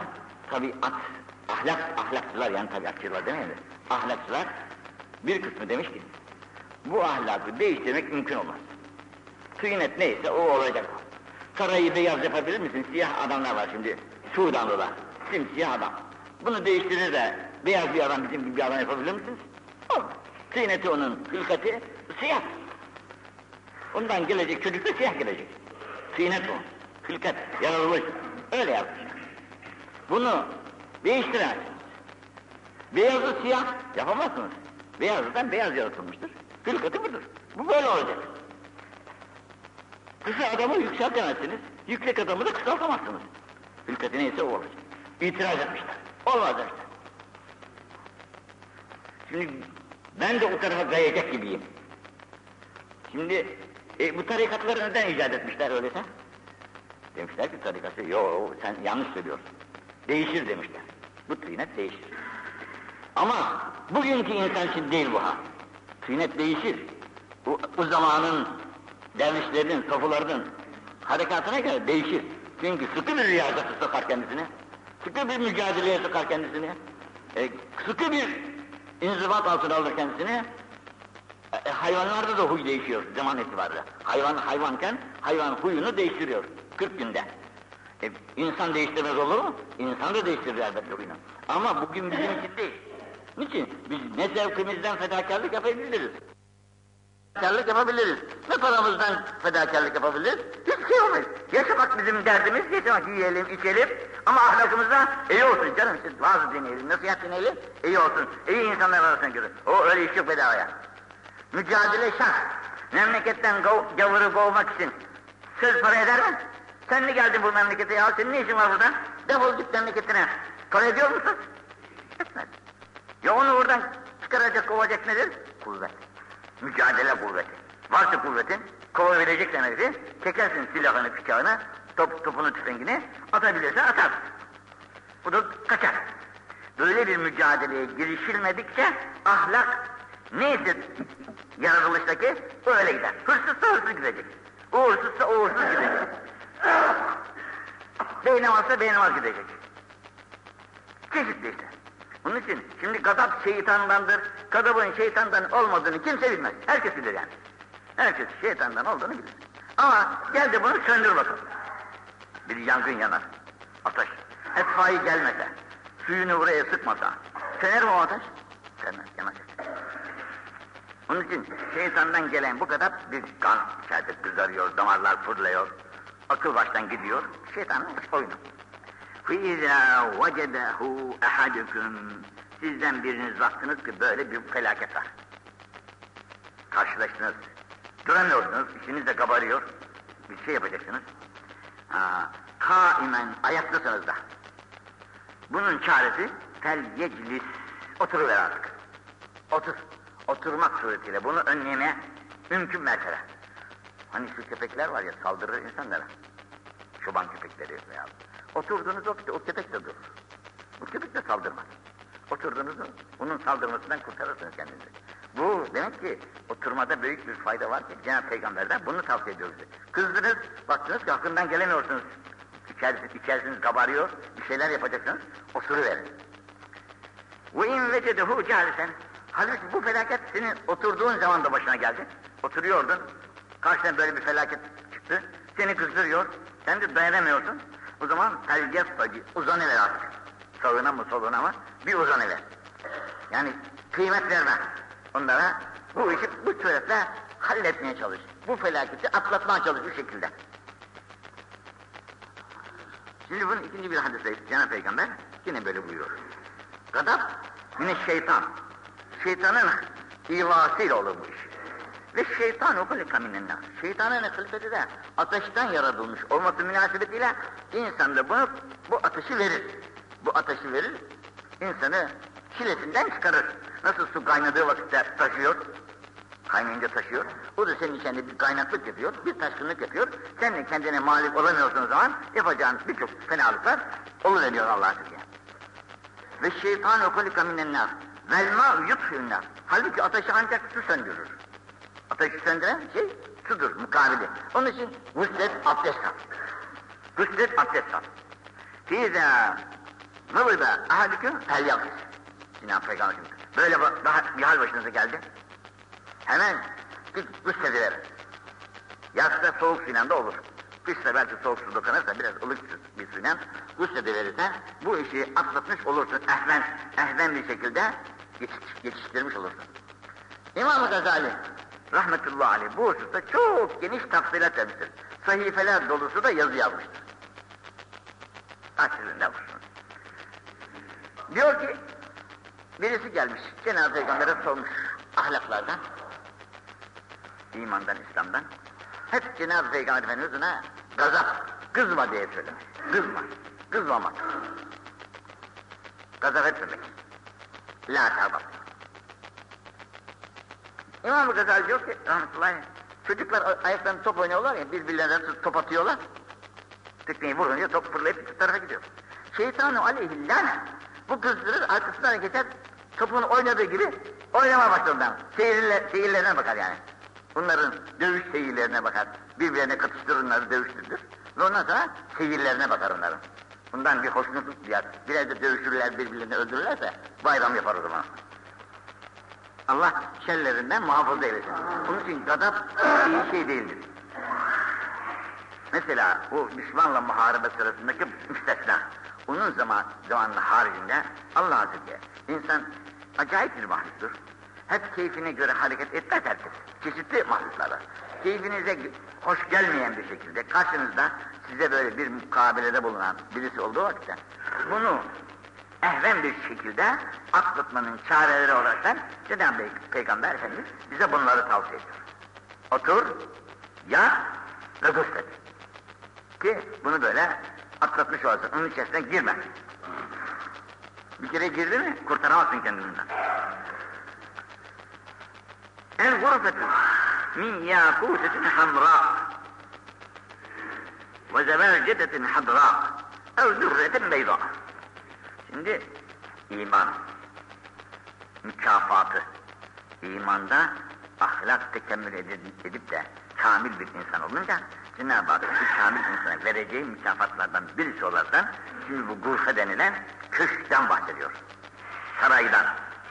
ahlakçılar yani tabiatçılar demeyelim mi? Ahlakçılar bir kısmı demiş ki, bu ahlakı değiştirmek mümkün olmaz. Tıynet neyse o olacak. Karayı beyaz yapabilir misin? Siyah adamlar var şimdi, Sudanlılar, simsiyah adam. Bunu değiştirir de beyaz bir adam bizim gibi bir adam yapabilir misiniz? Olmaz. Tıyneti onun, hılkati siyah. Ondan gelecek çocuk da siyah gelecek. Tıynet o, hılkat, yaratılmış. Öyle yapmışlar. Bunu değiştiremezsiniz. Beyazı siyah yapamazsınız. Beyazdan beyaz yaratılmıştır. Hılkatı budur. Bu böyle olacak. Kısa adamı yükseltemezsiniz, yüksek adamı da kısaltamazsınız. Hılkatı neyse o olacak. İtiraz etmişler. Olmaz demişler. Şimdi ben de o tarafa kayacak gibiyim. Şimdi bu tarikatları neden icat etmişler öyleyse? Demişler ki tarikatı, yok sen yanlış söylüyorsun. Değişir demişler. Bu tıynet değişir. Ama bugünkü insan için değil bu ha. Tıynet değişir. Bu zamanın dervişlerinin, sofularının harekatına göre değişir. Çünkü sıkı bir riyazatı sokar kendisine. Sıkı bir mücadeleye sokar kendisine. Sıkı bir inzibat altına alır kendisine. Hayvanlarda da huy değişiyor zaman itibariyle. Hayvanken hayvan huyunu değiştiriyor 40 günde. İnsan değiştirmez olur mu? İnsan da değiştirir elbette huyunu. Ama bugün bizim için değil. Niçin? Biz ne zevkimizden fedakarlık yapabiliriz. Fedakarlık yapabiliriz. Ne paramızdan fedakarlık yapabiliriz? Hiçbir şey olmaz. Yaşamak bizim derdimiz, yaşamak yiyelim, içelim. Ama ahlakımızda iyi olsun canım, siz vaaz dinleyelim, nasihat dinleyelim, iyi olsun. İyi insanlar arasına girin. O öyle iş yok bedavaya. Mücadele şart. Memleketten gavuru kovmak için söz para eder mi? Sen mi geldin bu memlekete ya? Senin ne işin var burada? Defol git memleketine. Para ediyor musun? Etmez. Ya onu oradan çıkaracak, kovacak nedir? Kuvvet. Mücadele kuvveti. Varsa kuvvetin, kovabilecek demektir. Çekersin silahını, bıçağını, topunu, tüfengini, atabilirsen atar. Bu da kaçar. Böyle bir mücadeleye girişilmedikçe ahlak Neyse yaratılıştaki öyle gider. Hırsızsa hırsız gidecek. Uğursuzsa uğursuz gidecek. Beynamazsa beynamaz gidecek. Çeşitli işte. Onun için şimdi gadap şeytandandır. Gadabın şeytandan olmadığını kimse bilmez. Herkes bilir yani. Herkes şeytandan olduğunu bilir. Ama gel de bunu söndür bakalım. Bir yangın yanar. Ateş. Etfaiye gelmese, suyunu buraya sıkmasa, söner mi o ateş? Sönmez, yanacak. Onun için şeytandan gelen bu kadar bir kan içeride kızarıyor, damarlar fırlıyor, akıl baştan gidiyor, şeytanın oyunu. فَاِذَا وَجَدَهُ اَحَدُكُمْ Sizden biriniz baktınız ki böyle bir felaket var. Karşılaştınız, duramıyorsunuz, işiniz de kabarıyor, bir şey yapacaksınız. Kaimen ayaktasınız da. Bunun çaresi fel yeclis, oturuver artık. Otur. Oturmak suretiyle bunu önleme mümkün mertebe. Hani şu köpekler var ya, saldırır insanlara. Çoban köpekleri veya. Oturduğunuz vakitte o köpek de durur. Bu köpek de saldırmaz. Oturduğunuzda onun saldırmasından kurtarırsınız kendinizi. Bu demek ki oturmada büyük bir fayda var ki Cenab-ı Peygamber'den bunu tavsiye ediyoruz. Kızdınız, baktınız ki hakkından gelemiyorsunuz. İçerisiniz kabarıyor, bir şeyler yapacaksınız, oturuverin. وَاِنْ وَجَدَهُ جَالِسًا Halbuki bu felaket senin oturduğun zaman da başına geldi. Oturuyordun, karşına böyle bir felaket çıktı, seni kızdırıyor, sen de dayanamıyorsun. O zaman telgeffacı, uzanıver artık. Sağına mı soluna mı, bir uzanıver. Yani kıymet verme onlara, bu işi bu suretle halletmeye çalış. Bu felaketi atlatmaya çalış bu şekilde. Şimdi bunun ikinci bir hadis-i Cenab-ı Peygamber yine böyle buyuruyor. Gadab yine şeytan. Şeytanın ivasıyla olur bu iş. Ve şeytan o kulika minennâs. Şeytanın hılfeti de ateşten yaratılmış olması münasebetiyle insan da bu ateşi verir. Bu ateşi verir, insanı çilesinden çıkarır. Nasıl su kaynadığı vakitte taşıyor, kaynayınca taşıyor. O da senin içinde bir kaynaklık yapıyor, bir taşkınlık yapıyor. Sen de kendine malik olamıyorsun o zaman yapacağın birçok fenalıklar oluveriyor Allah'a şükür. Ve şeytan okulika minennâs. Vel mâ'u yutfûnnâs. Halbuki ateşi ancak su söndürür. Ateşi söndüren şey sudur, mukabili. Onun için guslet, abdest al. Guslet, abdest al. Fîzâ Vıvıda ahadüküm fel yakış. Cenab-ı Peygamber böyle daha bir hal başınıza geldi. Hemen bir guslediver. Yazda soğuk suyla da olur. Kışta belki soğuk su dokunursa biraz ılık bir suyla guslediverirsen bu işi atlatmış olursun. Ehven bir şekilde yetiştirmiş olursun. İmam-ı Gazali rahmetullahi aleyh bu hususta çok geniş tafsilat vermiştir. Sahifeler dolusu da yazı yazmıştır. Açılın da bulsun. Diyor ki, birisi gelmiş, Cenab-ı Peygamber'e sormuş ahlaklardan, imandan, İslam'dan. Hep Cenab-ı Peygamber Efendimiz ona gazap, kızma diye söylemiş. Kızma, kızmamak. Gazap etmemek. La tağbap. İmam-ı Gazali diyor ki, rahmetullahi, çocuklar ayaklarını top oynuyorlar ya, birbirlerine top atıyorlar. Tekmeyi vurunca top fırlayıp bir tarafa gidiyor. Şeytan-ı aleyhillâne. Bu kızdırır, arkasından geçer, topun oynadığı gibi oynamaya başlarından. Seyirlerine bakar yani. Bunların dövüş seyirlerine bakar. Birbirlerine katıştırırlar, dövüştürür. Ve ondan sonra seyirlerine bakar onların. Bundan bir hoşnutluk duyar. Biraz da dövüşürler, birbirlerini öldürürlerse bayram yapar o zaman. Allah şerlerinden muhafaza eylesin. Bunun için gadap iyi şey değildir. Mesela bu düşmanla muharebe sırasındaki müstesna. Onun zamanının haricinde Allah Azze ve Celle, insan acayip bir mahluktur. Hep keyfine göre hareket etmez herkes. Çeşitli mahluklar var. Keyfinize hoş gelmeyen bir şekilde karşınızda size böyle bir mukabelede bulunan birisi olduğu vakitte bunu ehven bir şekilde atlatmanın çareleri olarak Cenab-ı Peygamber Efendimiz bize bunları tavsiye ediyor. Otur, yat ve guslet. Ki bunu böyle atlatmış olasın, onun içerisine girme. Bir kere girdi mi, kurtaramazsın kendinden. El gurfetu min yakutetin hamra ve zebercetetin hadra ev zürretin beyda. Şimdi iman, mükafatı, İmanda ahlak tekemmül edip de kamil bir insan olunca Cenab-ı Hak bu kamil insana vereceği mükafatlardan birisi olarak şimdi bu gurfe denilen köşkten bahsediyor. Saraydan.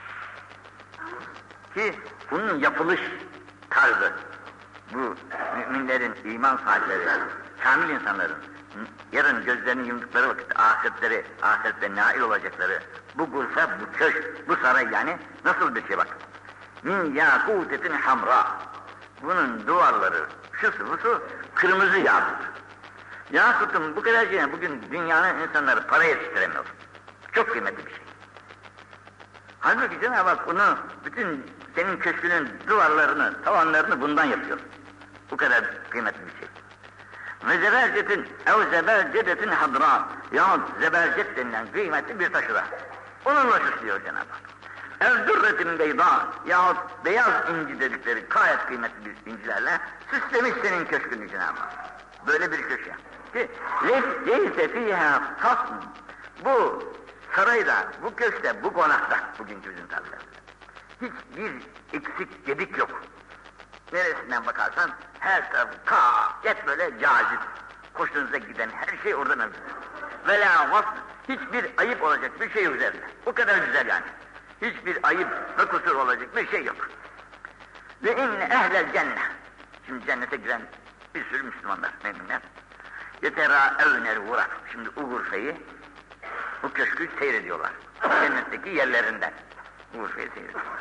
Ki bunun yapılış tarzı, bu müminlerin, iman sahipleri, kamil insanların yarın gözlerini yumdukları vakit ahirette nail olacakları bu gurfe, bu köşk, bu saray yani nasıl bir şey bak. Min yakutetin hamra. Bunun duvarları, şusu busu kırmızı yakut. Yakutun bu kadar şey, bugün dünyanın insanları para yetiştiremiyor. Çok kıymetli bir şey. Halbuki Cenab-ı Hak bunu, bütün senin köşkünün duvarlarını, tavanlarını bundan yapıyor. Bu kadar kıymetli bir şey. Ve zebercetin, zebercedetin hadra, yahut zebercet denilen kıymetli bir taşı da. Onunla süslüyor Cenab-ı Hak. Dürretin beyda, yahut beyaz inci dedikleri gayet kıymetli bir incilerle süslemiş senin köşkünü Cenab-ı Hak. Böyle bir köşk ki, leyse fîhâ kasm. Bu sarayda, bu köşkte, bu konakta, bugünkü bizim tabirlerle hiçbir eksik gedik yok. Neresinden bakarsan her tarafı gayet böyle cazip, hoşunuza giden her şey orada mevcut. Ve la vasf, hiçbir ayıp olacak bir şey yok üzerinde. O kadar güzel yani. Hiçbir ayıp ve kusur olacak bir şey yok. Ve inne ehlel cennet. Şimdi cennete giren bir sürü Müslümanlar, müminler. Yeterâevnel vurak. Şimdi o gurfeyi, bu köşkü seyrediyorlar. Cennetteki yerlerinden. Bu gurfeyi seyrediyorlar.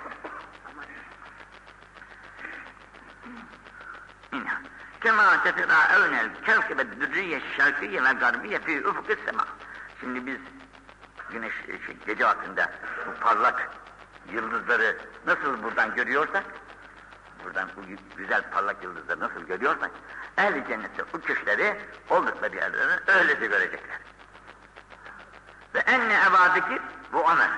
İnha. Kema teterâevnel kevkebed dürriye şarkıye ve garbiye fî ufukis sema. Şimdi biz güneş gece vaktinde bu parlak yıldızları nasıl buradan görüyorsak, buradan bu güzel parlak yıldızları nasıl görüyorsak, ehl-i cennette bu köşkleri oldukları yerlerini öyle de görecekler. Ve enne evâdiki bu amel.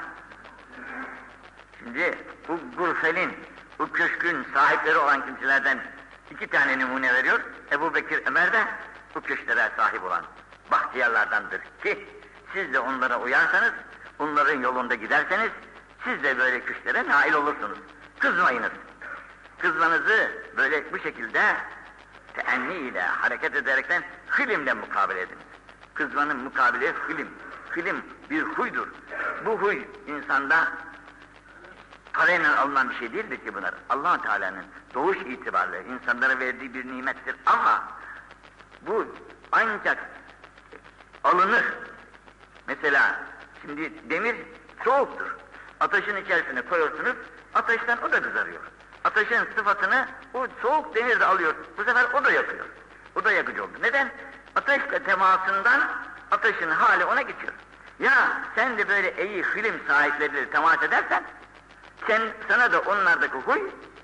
Şimdi bu gurfenin, bu köşkün sahipleri olan kimselerden 2 tane numune veriyor. Ebu Bekir Ömer de bu köşklere sahip olan bahtiyarlardandır ki siz de onlara uyarsanız, onların yolunda giderseniz siz de böyle köşklere nail olursunuz. Kızmayınız. Kızmanızı böyle bu şekilde teenni ile hareket ederekten hilimle mukabele ediniz. Kızmanın mukabele hilim. Hilim bir huydur. Bu huy insanda parayla alınan bir şey değildir ki bunlar. Allah-u Teala'nın doğuş itibariyle insanlara verdiği bir nimettir ama bu ancak alınır. Mesela şimdi demir soğuktur. Ateşin içerisine koyuyorsunuz, ateşten o da kızarıyor. Ateşin sıfatını o soğuk demir de alıyor. Bu sefer o da yakıyor. O da yakıcı oldu. Neden? Ateşle temasından ateşin hali ona geçiyor. Ya sen de böyle iyi hilim sahipleriyle temas edersen sana da onlardaki huy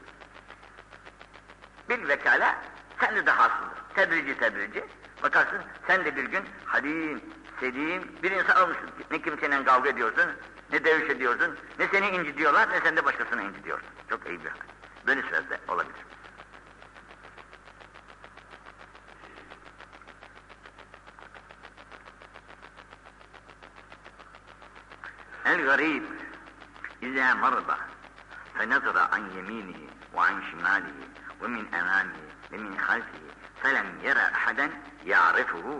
bil vekala sende de hasıldır. Tedrici bakarsın sen de bir gün halim, selim bir insan olmuşsun. Ne kimseyle kavga ediyorsun, ne dövüş ediyorsun, ne seni incitiyorlar, ne sen de başkasını incitiyorsun. Çok iyi bir hal. Böyle sözde olabilir. El-garib İzâ marda fenazara an yeminihi ve an şimalihi ve min emamihi ve min halfihi felem yere ahaden ya'rifuhu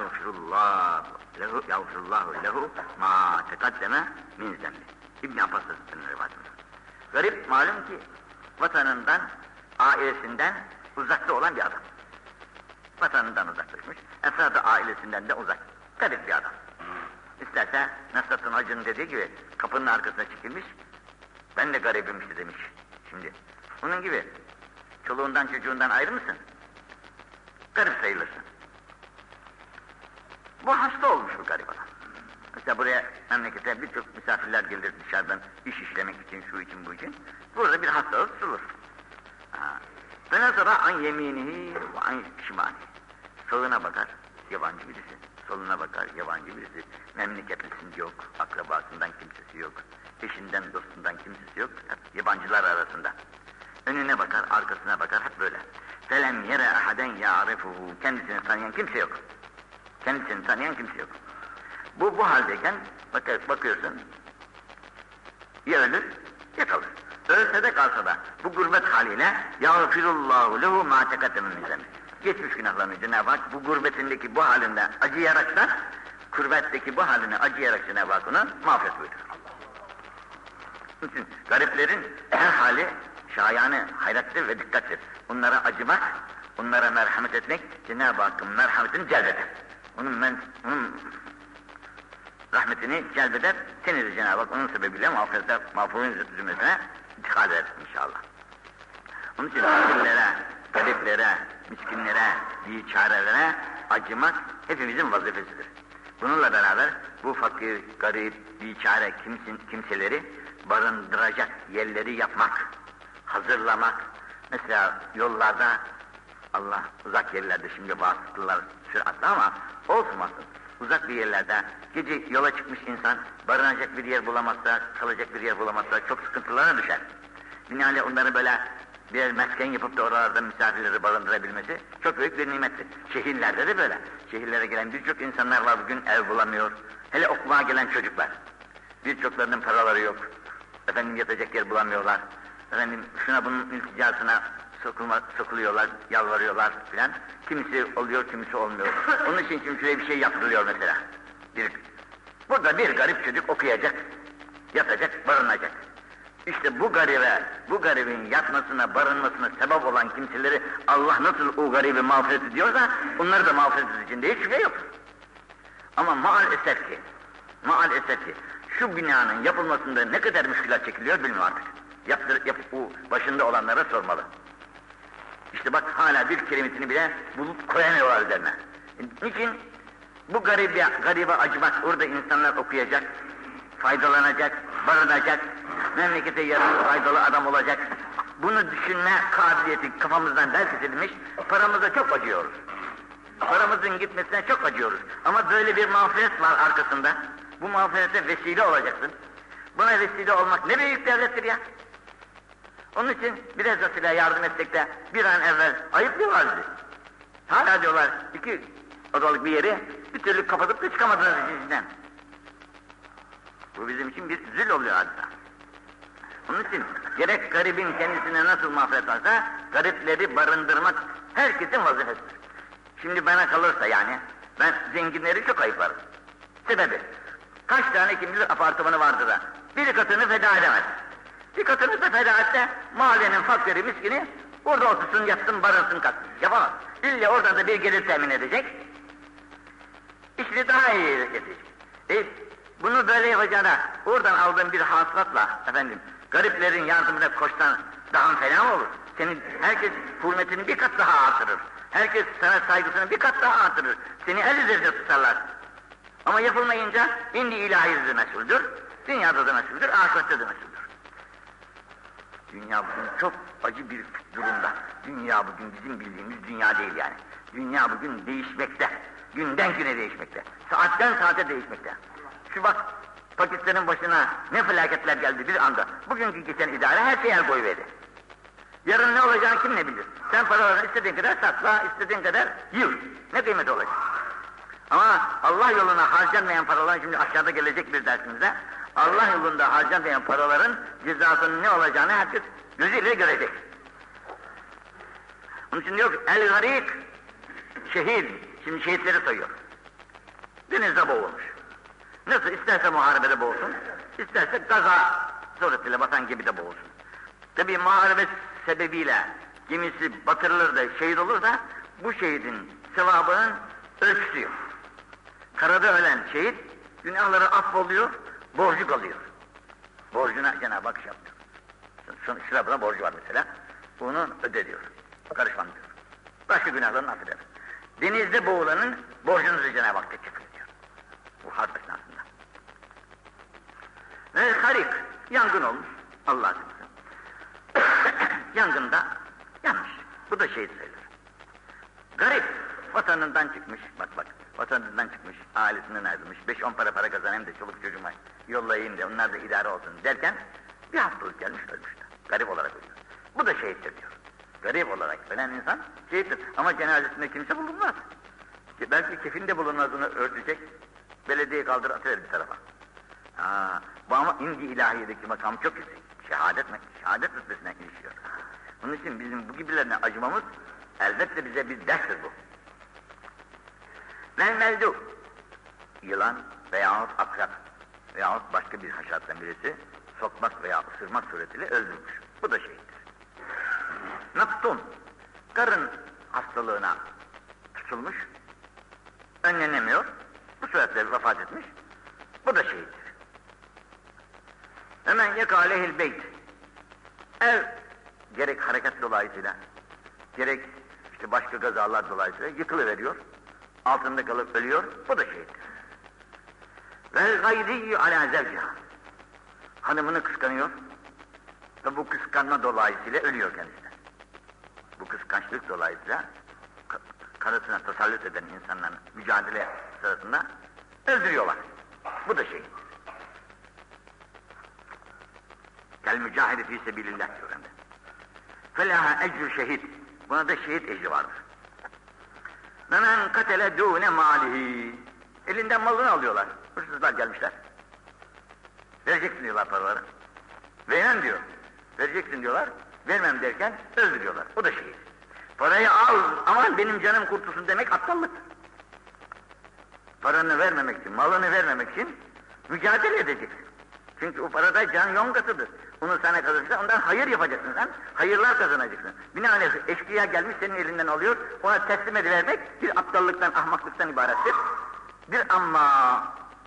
yağfirullahu lehu ma tekaddeme min zembi. İbn Abbas Hazretleri'nin rivayetinde. Garip malum ki vatanından, ailesinden uzakta olan bir adam. Vatanından uzaklaşmış, efradı ailesinden de uzak. Garip bir adam. İsterse Nasrat'ın Hacı'nın dediği gibi kapının arkasına çekilmiş, ben de garibim işte demiş. Şimdi onun gibi çoluğundan çocuğundan ayrı mısın? Garip sayılırsın. Bu hasta olmuş bu garip adam. Mesela buraya memlekete birçok misafirler gelir dışarıdan iş işlemek için, şu için, bu için. Burada bir hastalık tutulur. Bana sonra an yeminihi ve an şimalihi. Sağına bakar, yabancı birisi. Soluna bakar, yabancı birisi. Memleketlisin yok, akrabasından kimsesi yok. Eşinden, dostundan kimsesi yok. Hep yabancılar arasında. Önüne bakar, arkasına bakar, hep böyle. Felem yere ahaden ya'rifuhu. Kendisini tanıyan kimse yok. Kendisini tanıyan kimse yok. Bu haldeyken bakıyorsun, ya ölür, ya kalır. Ölse de kalsa da bu gurbet haliyle yağfirullahu lehu ma tekademe min zenbi. Geçmiş günahlarını Cenab-ı Hak bu gurbetindeki bu halinde acıyarak da kurbetteki bu halini acıyarak Cenab-ı Hak onu mağfiret buyurur. Çünkü gariplerin her hali şayane hayrettir ve dikkattir. Onlara acımak, onlara merhamet etmek Cenab-ı Hakk'ın merhametini celbeder. Onun rahmetini celbeder. Seni de Cenab-ı Hak onun sebebiyle mağfurun zümresine intikal eder inşallah. Onun için fakirlere, gariplere, miskinlere, biçarelere acımak hepimizin vazifesidir. Bununla beraber bu fakir, garip, biçare kimseleri barındıracak yerleri yapmak, hazırlamak. Mesela yollarda, Allah uzak yerlerde şimdi vasıtalar süratli ama olsun. Uzak bir yerlerde gece yola çıkmış insan barınacak bir yer bulamazsa, kalacak bir yer bulamazsa çok sıkıntılara düşer. Binaenaleyh onları böyle bir mesken yapıp da oralarda misafirleri barındırabilmesi çok büyük bir nimettir. Şehirlerde de böyle. Şehirlere gelen birçok insanlar var bugün ev bulamıyor. Hele okumaya gelen çocuklar. Birçoklarının paraları yok. Efendim yatacak yer bulamıyorlar. Efendim şuna bunun ilticasına sokuluyorlar, yalvarıyorlar filan. Kimisi oluyor, kimisi olmuyor. Onun için şimdi şuraya bir şey yaptırılıyor mesela. Burada bir garip çocuk okuyacak, yatacak, barınacak. İşte bu garibin yatmasına, barınmasına sebep olan kimseleri Allah nasıl o garibi mağfiret ediyorsa onları da mağfiret edeceğinde hiç şüphe yok. Ama maalesef ki şu binanın yapılmasında ne kadar müşkülat çekiliyor bilmiyorum artık. Bu başında olanlara sormalı. İşte bak hala bir kelimetini bile bulup koyamıyorlar üzerine. Niçin? Bu garibe acımak, orada insanlar okuyacak, faydalanacak, barınacak, memlekete yarın faydalı adam olacak. Bunu düşünme kabiliyeti kafamızdan ders edilmiş, paramıza çok acıyoruz. Paramızın gitmesine çok acıyoruz. Ama böyle bir mağfiret var arkasında. Bu mağfirete vesile olacaksın. Buna vesile olmak ne büyük devlettir ya. Onun için biraz da silah yardım etsek de bir an evvel ayıplıyorlar bizi. Hala diyorlar 2 odalık bir yeri bir türlü kapatıp da çıkamadınız içinden. Bu bizim için bir zül oluyor adeta. Onun için gerek garibin kendisine nasıl mağfiret varsa garipleri barındırmak herkesin vazifesidir. Şimdi bana kalırsa yani ben zenginleri çok ayıplarım. Sebebi kaç tane kim bilir apartmanı vardır da bir katını feda edemez. Bir katını da feda etse mahallenin fakiri miskini orada otursun yatsın barınsın kalksın. Yapamaz. İlle oradan da bir gelir temin edecek. İşini daha iyi edecek. Bunu böyle yapacağına oradan aldığın bir hasılatla efendim gariplerin yardımına koşsan daha fena mı olur? Senin herkes hürmetini bir kat daha artırır. Herkes sana saygısını bir kat daha artırır. Seni el üzerinde tutarlar. Ama yapılmayınca indi ilahi mesuldür, dünyada da mesuldür, ahirette de mesuldür. Dünya bugün çok acı bir durumda. Dünya bugün bizim bildiğimiz dünya değil yani. Dünya bugün değişmekte. Günden güne değişmekte. Saatten saate değişmekte. Şu bak Pakistan'ın başına ne felaketler geldi bir anda. Bugünkü geçen idare her şeye el koyuverdi. Yarın ne olacağını kim ne bilir? Sen paralarını istediğin kadar sakla, istediğin kadar yıl. Ne kıymeti olacak? Ama Allah yoluna harcanmayan paraların şimdi aşağıda gelecek bir dersimize. Allah yolunda harcanmayan paraların cezasının ne olacağını herkes gözüyle görecek. Onun için diyor el-garik şehit. Şimdi şehitleri sayıyor. Denizde boğulmuş. Nasıl isterse muharebede boğulsun, isterse gaza suretiyle batan gemide boğulsun. Tabi muharebe sebebiyle gemisi batırılır da şehit olursa bu şehidin sevabının ölçüsü yok. Karada ölen şehit günahları affoluyor, borcu kalıyor. Borcuna Cenab-ı Hak şey yapıyor. Şuna buna borcu var mesela, bunu öde diyor. Karışmam diyor. Başka günahlarını affeder. Denizde boğulanın borcunuzu Cenab-ı Hak teşekkür ediyor. Bu harp esnasında. Ve harik, yangın olmuş. Allah aşkına. Yangında yanmış. Bu da şehit sayılır. Garip, vatanından çıkmış, bak, vatanından çıkmış, ailesinden ayrılmış, 5-10 para kazanayım da çoluk çocuğuma yollayayım da onlar da idare olsun derken bir hastalık gelmiş ölmüş de. Garip olarak ölüyor. Bu da şehittir diyor. Garip olarak ölen insan şehittir. Ama cenazesinde kimse bulunmaz. Belki kefin de bulunmaz, onu örtecek, belediye kaldır atıverir bir tarafa. Bu ama indi ilahiyedeki makam çok yüksek. Şehadet rütbesine ilişiyor. Bunun için bizim bu gibilerine acımamız elbette bize bir derstir bu. Vel meldu, yılan veyahut akrep veyahut başka bir haşerattan birisi sokmak veya ısırmak suretiyle öldürmüş. Bu da şehittir. Naktun, karın hastalığına tutulmuş, önlenemiyor, bu suretle vefat etmiş, bu da şehittir. Hemen yekalehil beyt, ev gerek hareket dolayısıyla, gerek işte başka gazalar dolayısıyla yıkılıveriyor, altında kalıp ölüyor, bu da şehittir. Vel gayriyyü alâ zevciha, hanımını kıskanıyor ve bu kıskanma dolayısıyla ölüyor kendisi. Bu kıskançlık dolayısıyla karısına tasallut eden insanların mücadele sırasında öldürüyorlar. Bu da şehit. Kel mücahidi fî sebilillah diyor hem de. Felâhâ ecrü şehit. Buna da şehit ecri vardır. Ve men katele dûne mâlihi. Elinden malını alıyorlar. Hırsızlar gelmişler. Vereceksin diyorlar paraları. Vermem diyor. Vereceksin diyorlar. Vermem derken öldürüyorlar. O da şehit. Parayı al, aman benim canım kurtulsun demek aptallık. Paranı vermemek için, malını vermemek için mücadele edeceksin. Çünkü o parada can yongasıdır. Onu sana kazanırsa ondan hayır yapacaksın sen, hayırlar kazanacaksın. Binaenaleyh eşkıya gelmiş senin elinden alıyor, ona teslim edivermek bir aptallıktan, ahmaklıktan ibarettir. Bir amma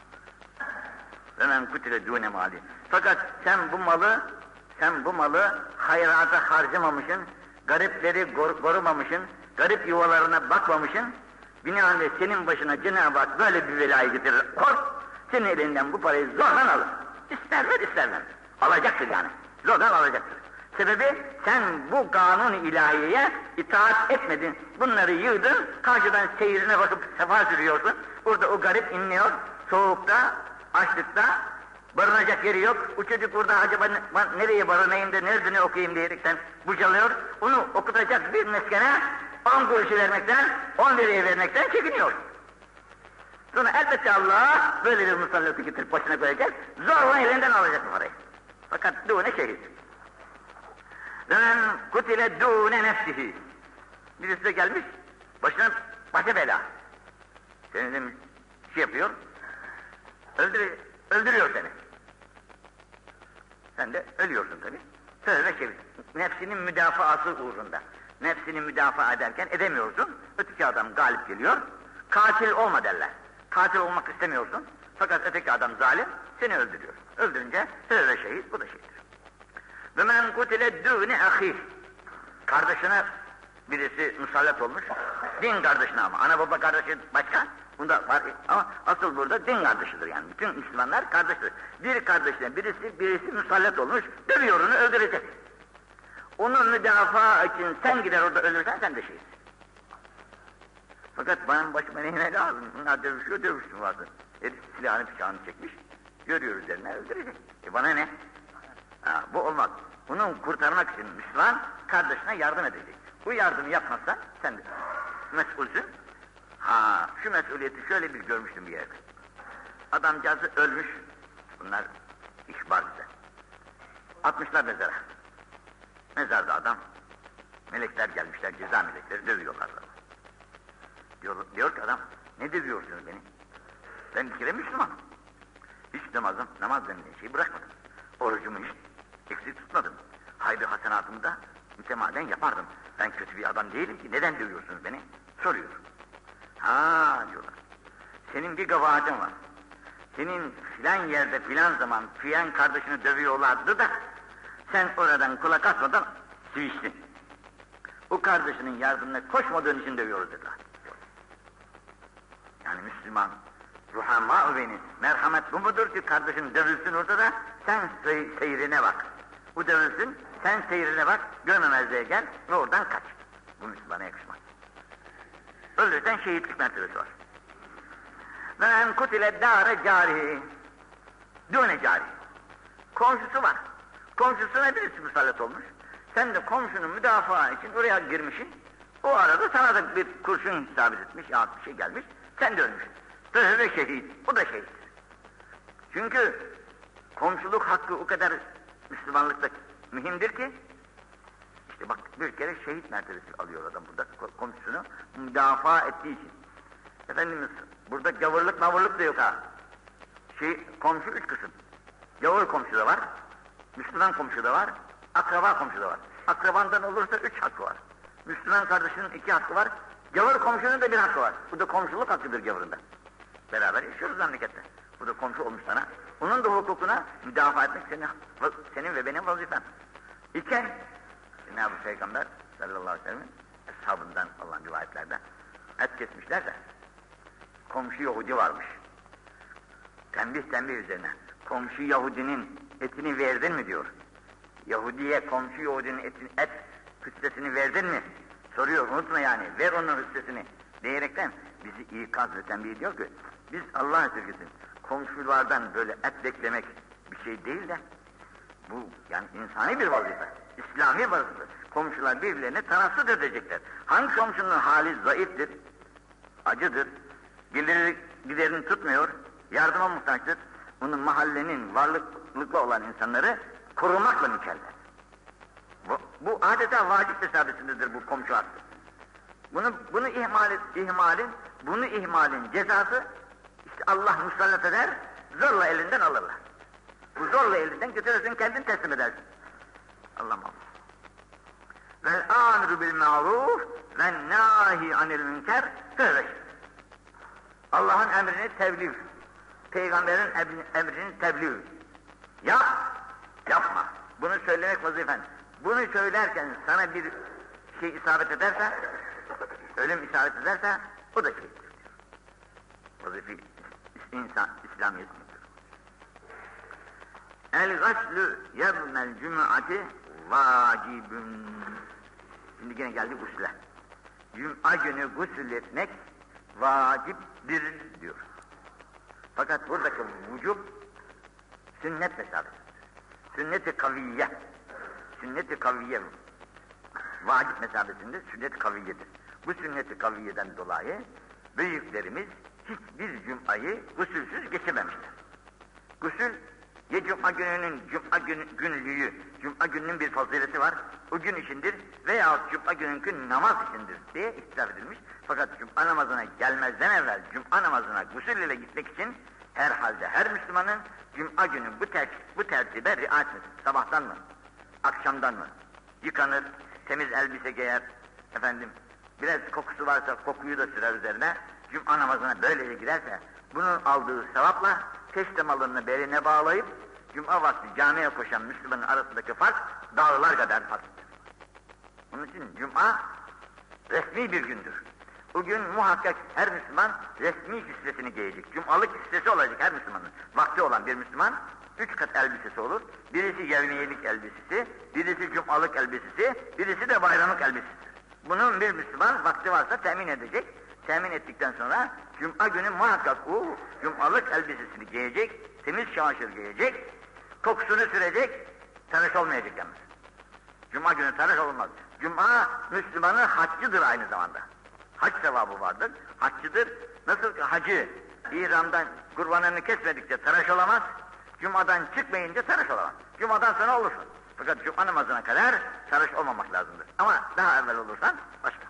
hemen kutile dûne mali. Fakat sen bu malı hayrata harcamamışsın, garipleri korumamışsın, garip yuvalarına bakmamışsın, binaenaleyh senin başına Cenab-ı Hak böyle bir belayı getirir, kork, senin elinden bu parayı zorla alır. İster ver, ister ver. Alacaktır yani, zorla alacaktır. Sebebi, sen bu kanun ilahiyeye itaat etmedin, bunları yığdın, karşıdan seyrine bakıp sefa sürüyorsun, burada o garip inliyor, soğukta, açlıkta, barınacak yeri yok, o çocuk burada acaba nereye barınayım da nerede ne okuyayım diyerekten bucalıyor, onu okutacak bir meskene 10 kuruşu vermekten, 10 liraya vermekten çekiniyor. Sonra elbette Allah böyle bir musallatı getirip başına koyacak, zorla elinden alacak bu parayı. Fakat dûne şehit. Dönen kutile dûne nefsihi. Birisi de gelmiş, başa bela. Seni demiş, şey yapıyor, öldürüyor seni. Sen de ölüyorsun tabii. Tövbe şehit. Nefsinin müdafaası uğrunda. Nefsini müdafaa ederken edemiyorsun, öteki adam galip geliyor, katil olma derler. Katil olmak istemiyorsun, fakat öteki adam zalim, seni öldürüyor. Öldürünce tövbe şehit, bu da şehittir. Ve men kutile dûne ahîh. Kardeşine birisi musallat olmuş, din kardeşine ama, ana baba kardeşi başka, bunda var ama asıl burada din kardeşidir yani, bütün Müslümanlar kardeştir. Bir kardeşine birisi musallat olmuş, dövüyor onu, öldürecek. Onu müdafaa için sen gider orada ölürsen sen de şehit. Fakat benim başıma neyine lazım, bunlar dövüşsün vardı. Herif silahını bıçağını çekmiş, görüyor üzerine öldürecek. Bana ne? Ha, bu olmaz. Bunu kurtarmak için Müslüman kardeşine yardım edecek. Bu yardımı yapmazsan sen de mesulsün. Ha, şu mesuliyeti şöyle bir görmüştüm bir yerde. Adamcağızı ölmüş, bunlar ihbar bize. Atmışlar mezara. Mezarda adam, melekler gelmişler, ceza melekleri dövüyorlar. Diyor ki adam, ne dövüyorsunuz beni? Ben bir kere Müslümanım. Hiç namaz denilen şeyi bırakmadım. Orucumu hiç eksik tutmadım. Hayır hasenatımı da mütemadiyen yapardım. Ben kötü bir adam değilim ki, neden dövüyorsunuz beni? Soruyor. Ha diyorlar, senin bir kabahatin var. Senin filan yerde filan zaman filan kardeşini dövüyorlardı da sen oradan kulak asmadan swiştin. O kardeşinin yardımına koşmadığın için dövüyoruz dediler. Yani Müslüman, ruhama beni, merhamet bu mudur ki kardeşin dövülsün orada da sen seyrine bak. Bu dövülsün, sen seyrine bak, görmemezliğe gel ve oradan kaç. Bu Müslümana yakışmaz. Öldürsen şehitlik mertebesi var. Ve en kutile dâre carihi, dûne cari. Komşusu var. Komşusuna birisi musallat olmuş. Sen de komşunun müdafaa için oraya girmişsin. O arada sana da bir kurşun isabet etmiş, ya bir şey gelmiş. Sen de ölmüşsün. Tövbe şehit, bu da şehittir. Çünkü komşuluk hakkı o kadar Müslümanlıkta mühimdir ki, işte bak bir kere şehit mertebesi alıyor adam burada komşusunu müdafaa ettiği için. Efendimiz burada gavurluk mavurluk da yok ha. Komşu 3 kısım. Gavur komşu da var, Müslüman komşu da var, akraba komşu da var. Akrabandan olursa 3 hakkı var. Müslüman kardeşinin 2 hakkı var, gavur komşunun da 1 hakkı var. Bu da komşuluk hakkıdır gavurunda. Beraber yaşıyoruz memlekette. Bu da komşu olmuş sana. Onun da hukukuna müdafaa etmek senin ve benim vazifem. İken Cenab-ı Peygamber sallallahu aleyhi ve sellem'in eshabından olan rivayetlerde et kesmişler de komşu Yahudi varmış. Tembih üzerine. Komşu Yahudinin etini verdin mi diyor. Yahudiye komşu Yahudinin et hüssesini verdin mi? Soruyor, unutma yani, ver onun hüssesini diyerekten bizi ikaz ve tembih ediyor ki biz Allah'a esirgesin komşulardan böyle et beklemek bir şey değil de bu yani insani bir vazife, İslami vazife. Komşular birbirlerine tanassut edecekler. Hangi komşunun hali zayıftır, acıdır, giderini tutmuyor, yardıma muhtaçtır, bunun mahallenin varlıklı olan insanları korumakla mükellef. Bu adeta vacip mesabesindedir bu komşu hakkı. Bunu ihmalin cezası işte Allah musallat eder, zorla elinden alırlar. Bu zorla elinden götürürsün, kendin teslim edersin. Allah muhafaza. Vel amiru bil ma'ruf ve nahi anil münker hıveş. Allah'ın emrini tebliğ, Peygamberin emrini tebliğ. Yap, yapma. Bunu söylemek vazifen. Bunu söylerken sana bir şey isabet ederse, ölüm isabet ederse, o da şehittir. Vazife İslamiyet'tir. El-gaslü yevmel cum'ati vacibün. Şimdi yine geldi gusle. Cuma günü gusül etmek vaciptir diyor. Fakat buradaki vücub sünnet mesabesidir. Sünnet-i kaviyye. Sünnet-i kaviyye vacip mesabesinde sünnet-i kaviyedir. Bu sünnet-i kaviyeden dolayı büyüklerimiz hiçbir cumayı gusülsüz geçememişler. Gusül ya cuma günlüğü, cuma gününün bir fazileti var, o gün içindir veya cuma gününkü namaz içindir diye ihtilaf edilmiş. Fakat cuma namazına gelmezden evvel cuma namazına gusül ile gitmek için herhalde her Müslümanın cuma günü bu tertibe riayet etmesi. Sabahtan mı, akşamdan mı yıkanır, temiz elbise giyer, biraz kokusu varsa kokuyu da sürer üzerine, cuma namazına böylece giderse bunun aldığı sevapla peştemalını beline bağlayıp cuma vakti camiye koşan Müslümanın arasındaki fark dağlar kadar farklıdır. Onun için cuma resmi bir gündür. Bugün muhakkak her Müslüman resmi hissesini giyecek. Cumalık hissesi olacak her Müslümanın. Vakti olan bir Müslüman 3 kat elbisesi olur. Birisi yevmiyelik elbisesi, birisi cumalık elbisesi, birisi de bayramlık elbisesi. Bunun bir Müslüman vakti varsa temin edecek. Temin ettikten sonra cuma günü muhakkak o cumalık elbisesini giyecek, temiz çamaşır giyecek, kokusunu sürecek, tıraş olmayacak yalnız. Cuma günü tıraş olmaz. Cuma Müslümanın haccıdır aynı zamanda. Hac sevabı vardır, haccıdır. Nasıl ki hacı ihramdan kurbanını kesmedikçe tıraş olamaz, cumadan çıkmayınca tıraş olamaz. Cumadan sonra olursun. Fakat cuma namazına kadar tıraş olmamak lazımdır. Ama daha evvel olursan başka.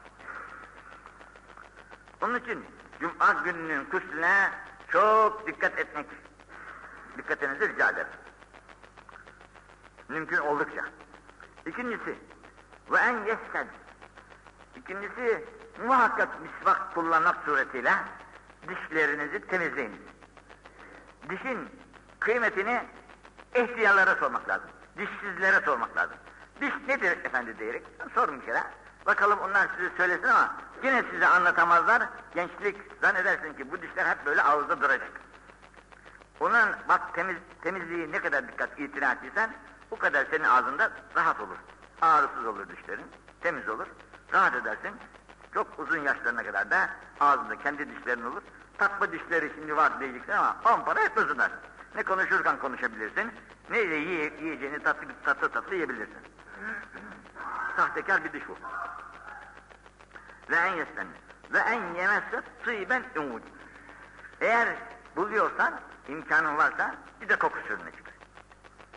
Onun için cuma gününün gusline çok dikkatinizi rica ederim. Mümkün oldukça. İkincisi, ve en yessen. İkincisi, muhakkak misvak kullanmak suretiyle dişlerinizi temizleyin. Dişin kıymetini ihtiyarlara sormak lazım. Dişsizlere sormak lazım. Diş nedir efendi diyerek sorun bir kere. Bakalım onlar size söylesin ama yine size anlatamazlar. Gençlik zannedersin ki bu dişler hep böyle ağızda duracak. Onun bak temizliği ne kadar itina ettiysen o kadar senin ağzında rahat olur. Ağrısız olur dişlerin, temiz olur, rahat edersin. Çok uzun yaşlarına kadar da ağzında kendi dişlerin olur. Takma dişleri şimdi var diyeceksin ama 10 para etmez onlar. Ne konuşurken konuşabilirsin, ne yiyeceğini tatlı yiyebilirsin. Sahtekar bir diş bu. Ve en yeslenme. Ve en yemezse tıyben umud. Eğer buluyorsan, imkanın varsa bir de koku sürüne çıkar.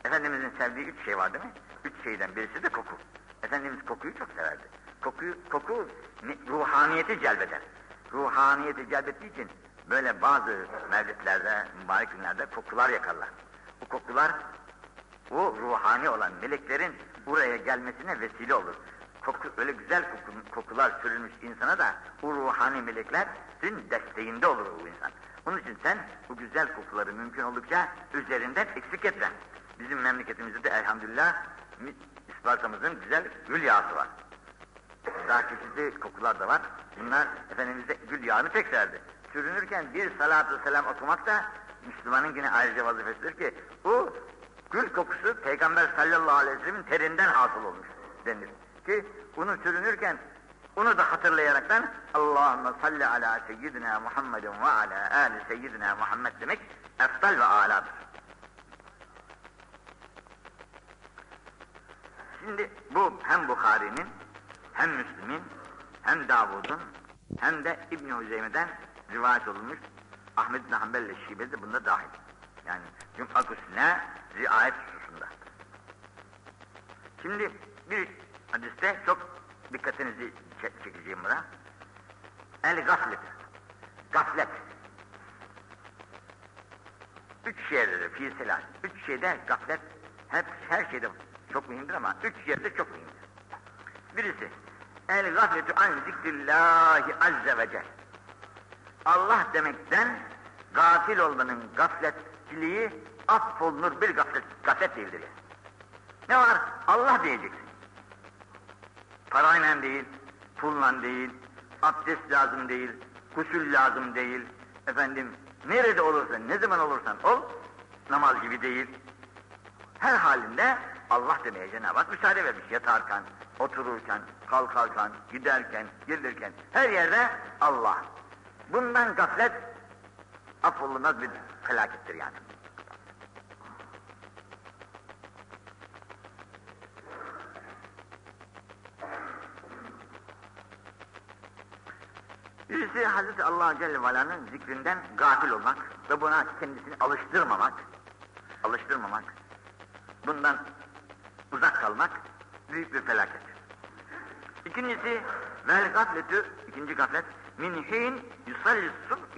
Efendimizin sevdiği 3 şey var değil mi? 3 şeyden birisi de koku. Efendimiz kokuyu çok severdi. Koku ruhaniyeti celbeder. Ruhaniyeti celbettiği için böyle bazı mevlitlerde, mübarek günlerde kokular yakarlar. Bu kokular o ruhani olan meleklerin buraya gelmesine vesile olur. Öyle güzel kokular sürülmüş insana da o ruhani meleklerin desteğinde olur o insan. Onun için sen bu güzel kokuları mümkün oldukça üzerinden eksik etme. Bizim memleketimizde de elhamdülillah Isparta'mızın güzel gül yağısı var. Daha çeşitli kokular da var. Bunlar Efendimiz de gül yağını pek severdi. Sürünürken bir salatü selam okumak da Müslümanın yine ayrıca vazifesidir ki o gül kokusu Peygamber sallallahu aleyhi ve sellem'in terinden hasıl olmuş denir. Ki bunu sürünürken onu da hatırlayaraktan Allahümme salli ala seyyidina Muhammedin ve ala ali seyyidina Muhammed demek eftal ve âlâdır. Şimdi bu hem Bukhari'nin hem Müslim'in hem Davud'un hem de İbn-i Hüzeyme'den rivayet olunmuş. Ahmed bin Hanbel ile Şibe de bunda dahil. Yani Cum'a Kusne riayet hususunda. Şimdi bir hadiste çok dikkatinizi çekeceğim buna. El-gaflet. Gaflet. 3 şeyde fi selas. 3 şeyde gaflet her şeyde çok mühimdir ama 3 yerde çok mühimdir. Birisi el-gafletu an zikrillahi azze ve cel. Allah demekten gafil olmanın gafletçiliği affolunur bir gaflet değildir yani. Ne var? Allah diyeceksin. Parayla değil, pulla değil, abdest lazım değil, gusül lazım değil, efendim nerede olursan, ne zaman olursan ol, namaz gibi değil. Her halinde Allah demeye Cenab-ı Hak müsaade vermiş. Yatarken, otururken, kalkarken, giderken, gelirken, her yerde Allah. Bundan gaflet affolunmaz bir felakettir yani. Birisi Hazreti Allah Celle ve Ala'nın zikrinden gafil olmak ve buna kendisini alıştırmamak, bundan uzak kalmak büyük bir felaket. İkincisi vel gafletü, ikinci gaflet min hin yusallis subh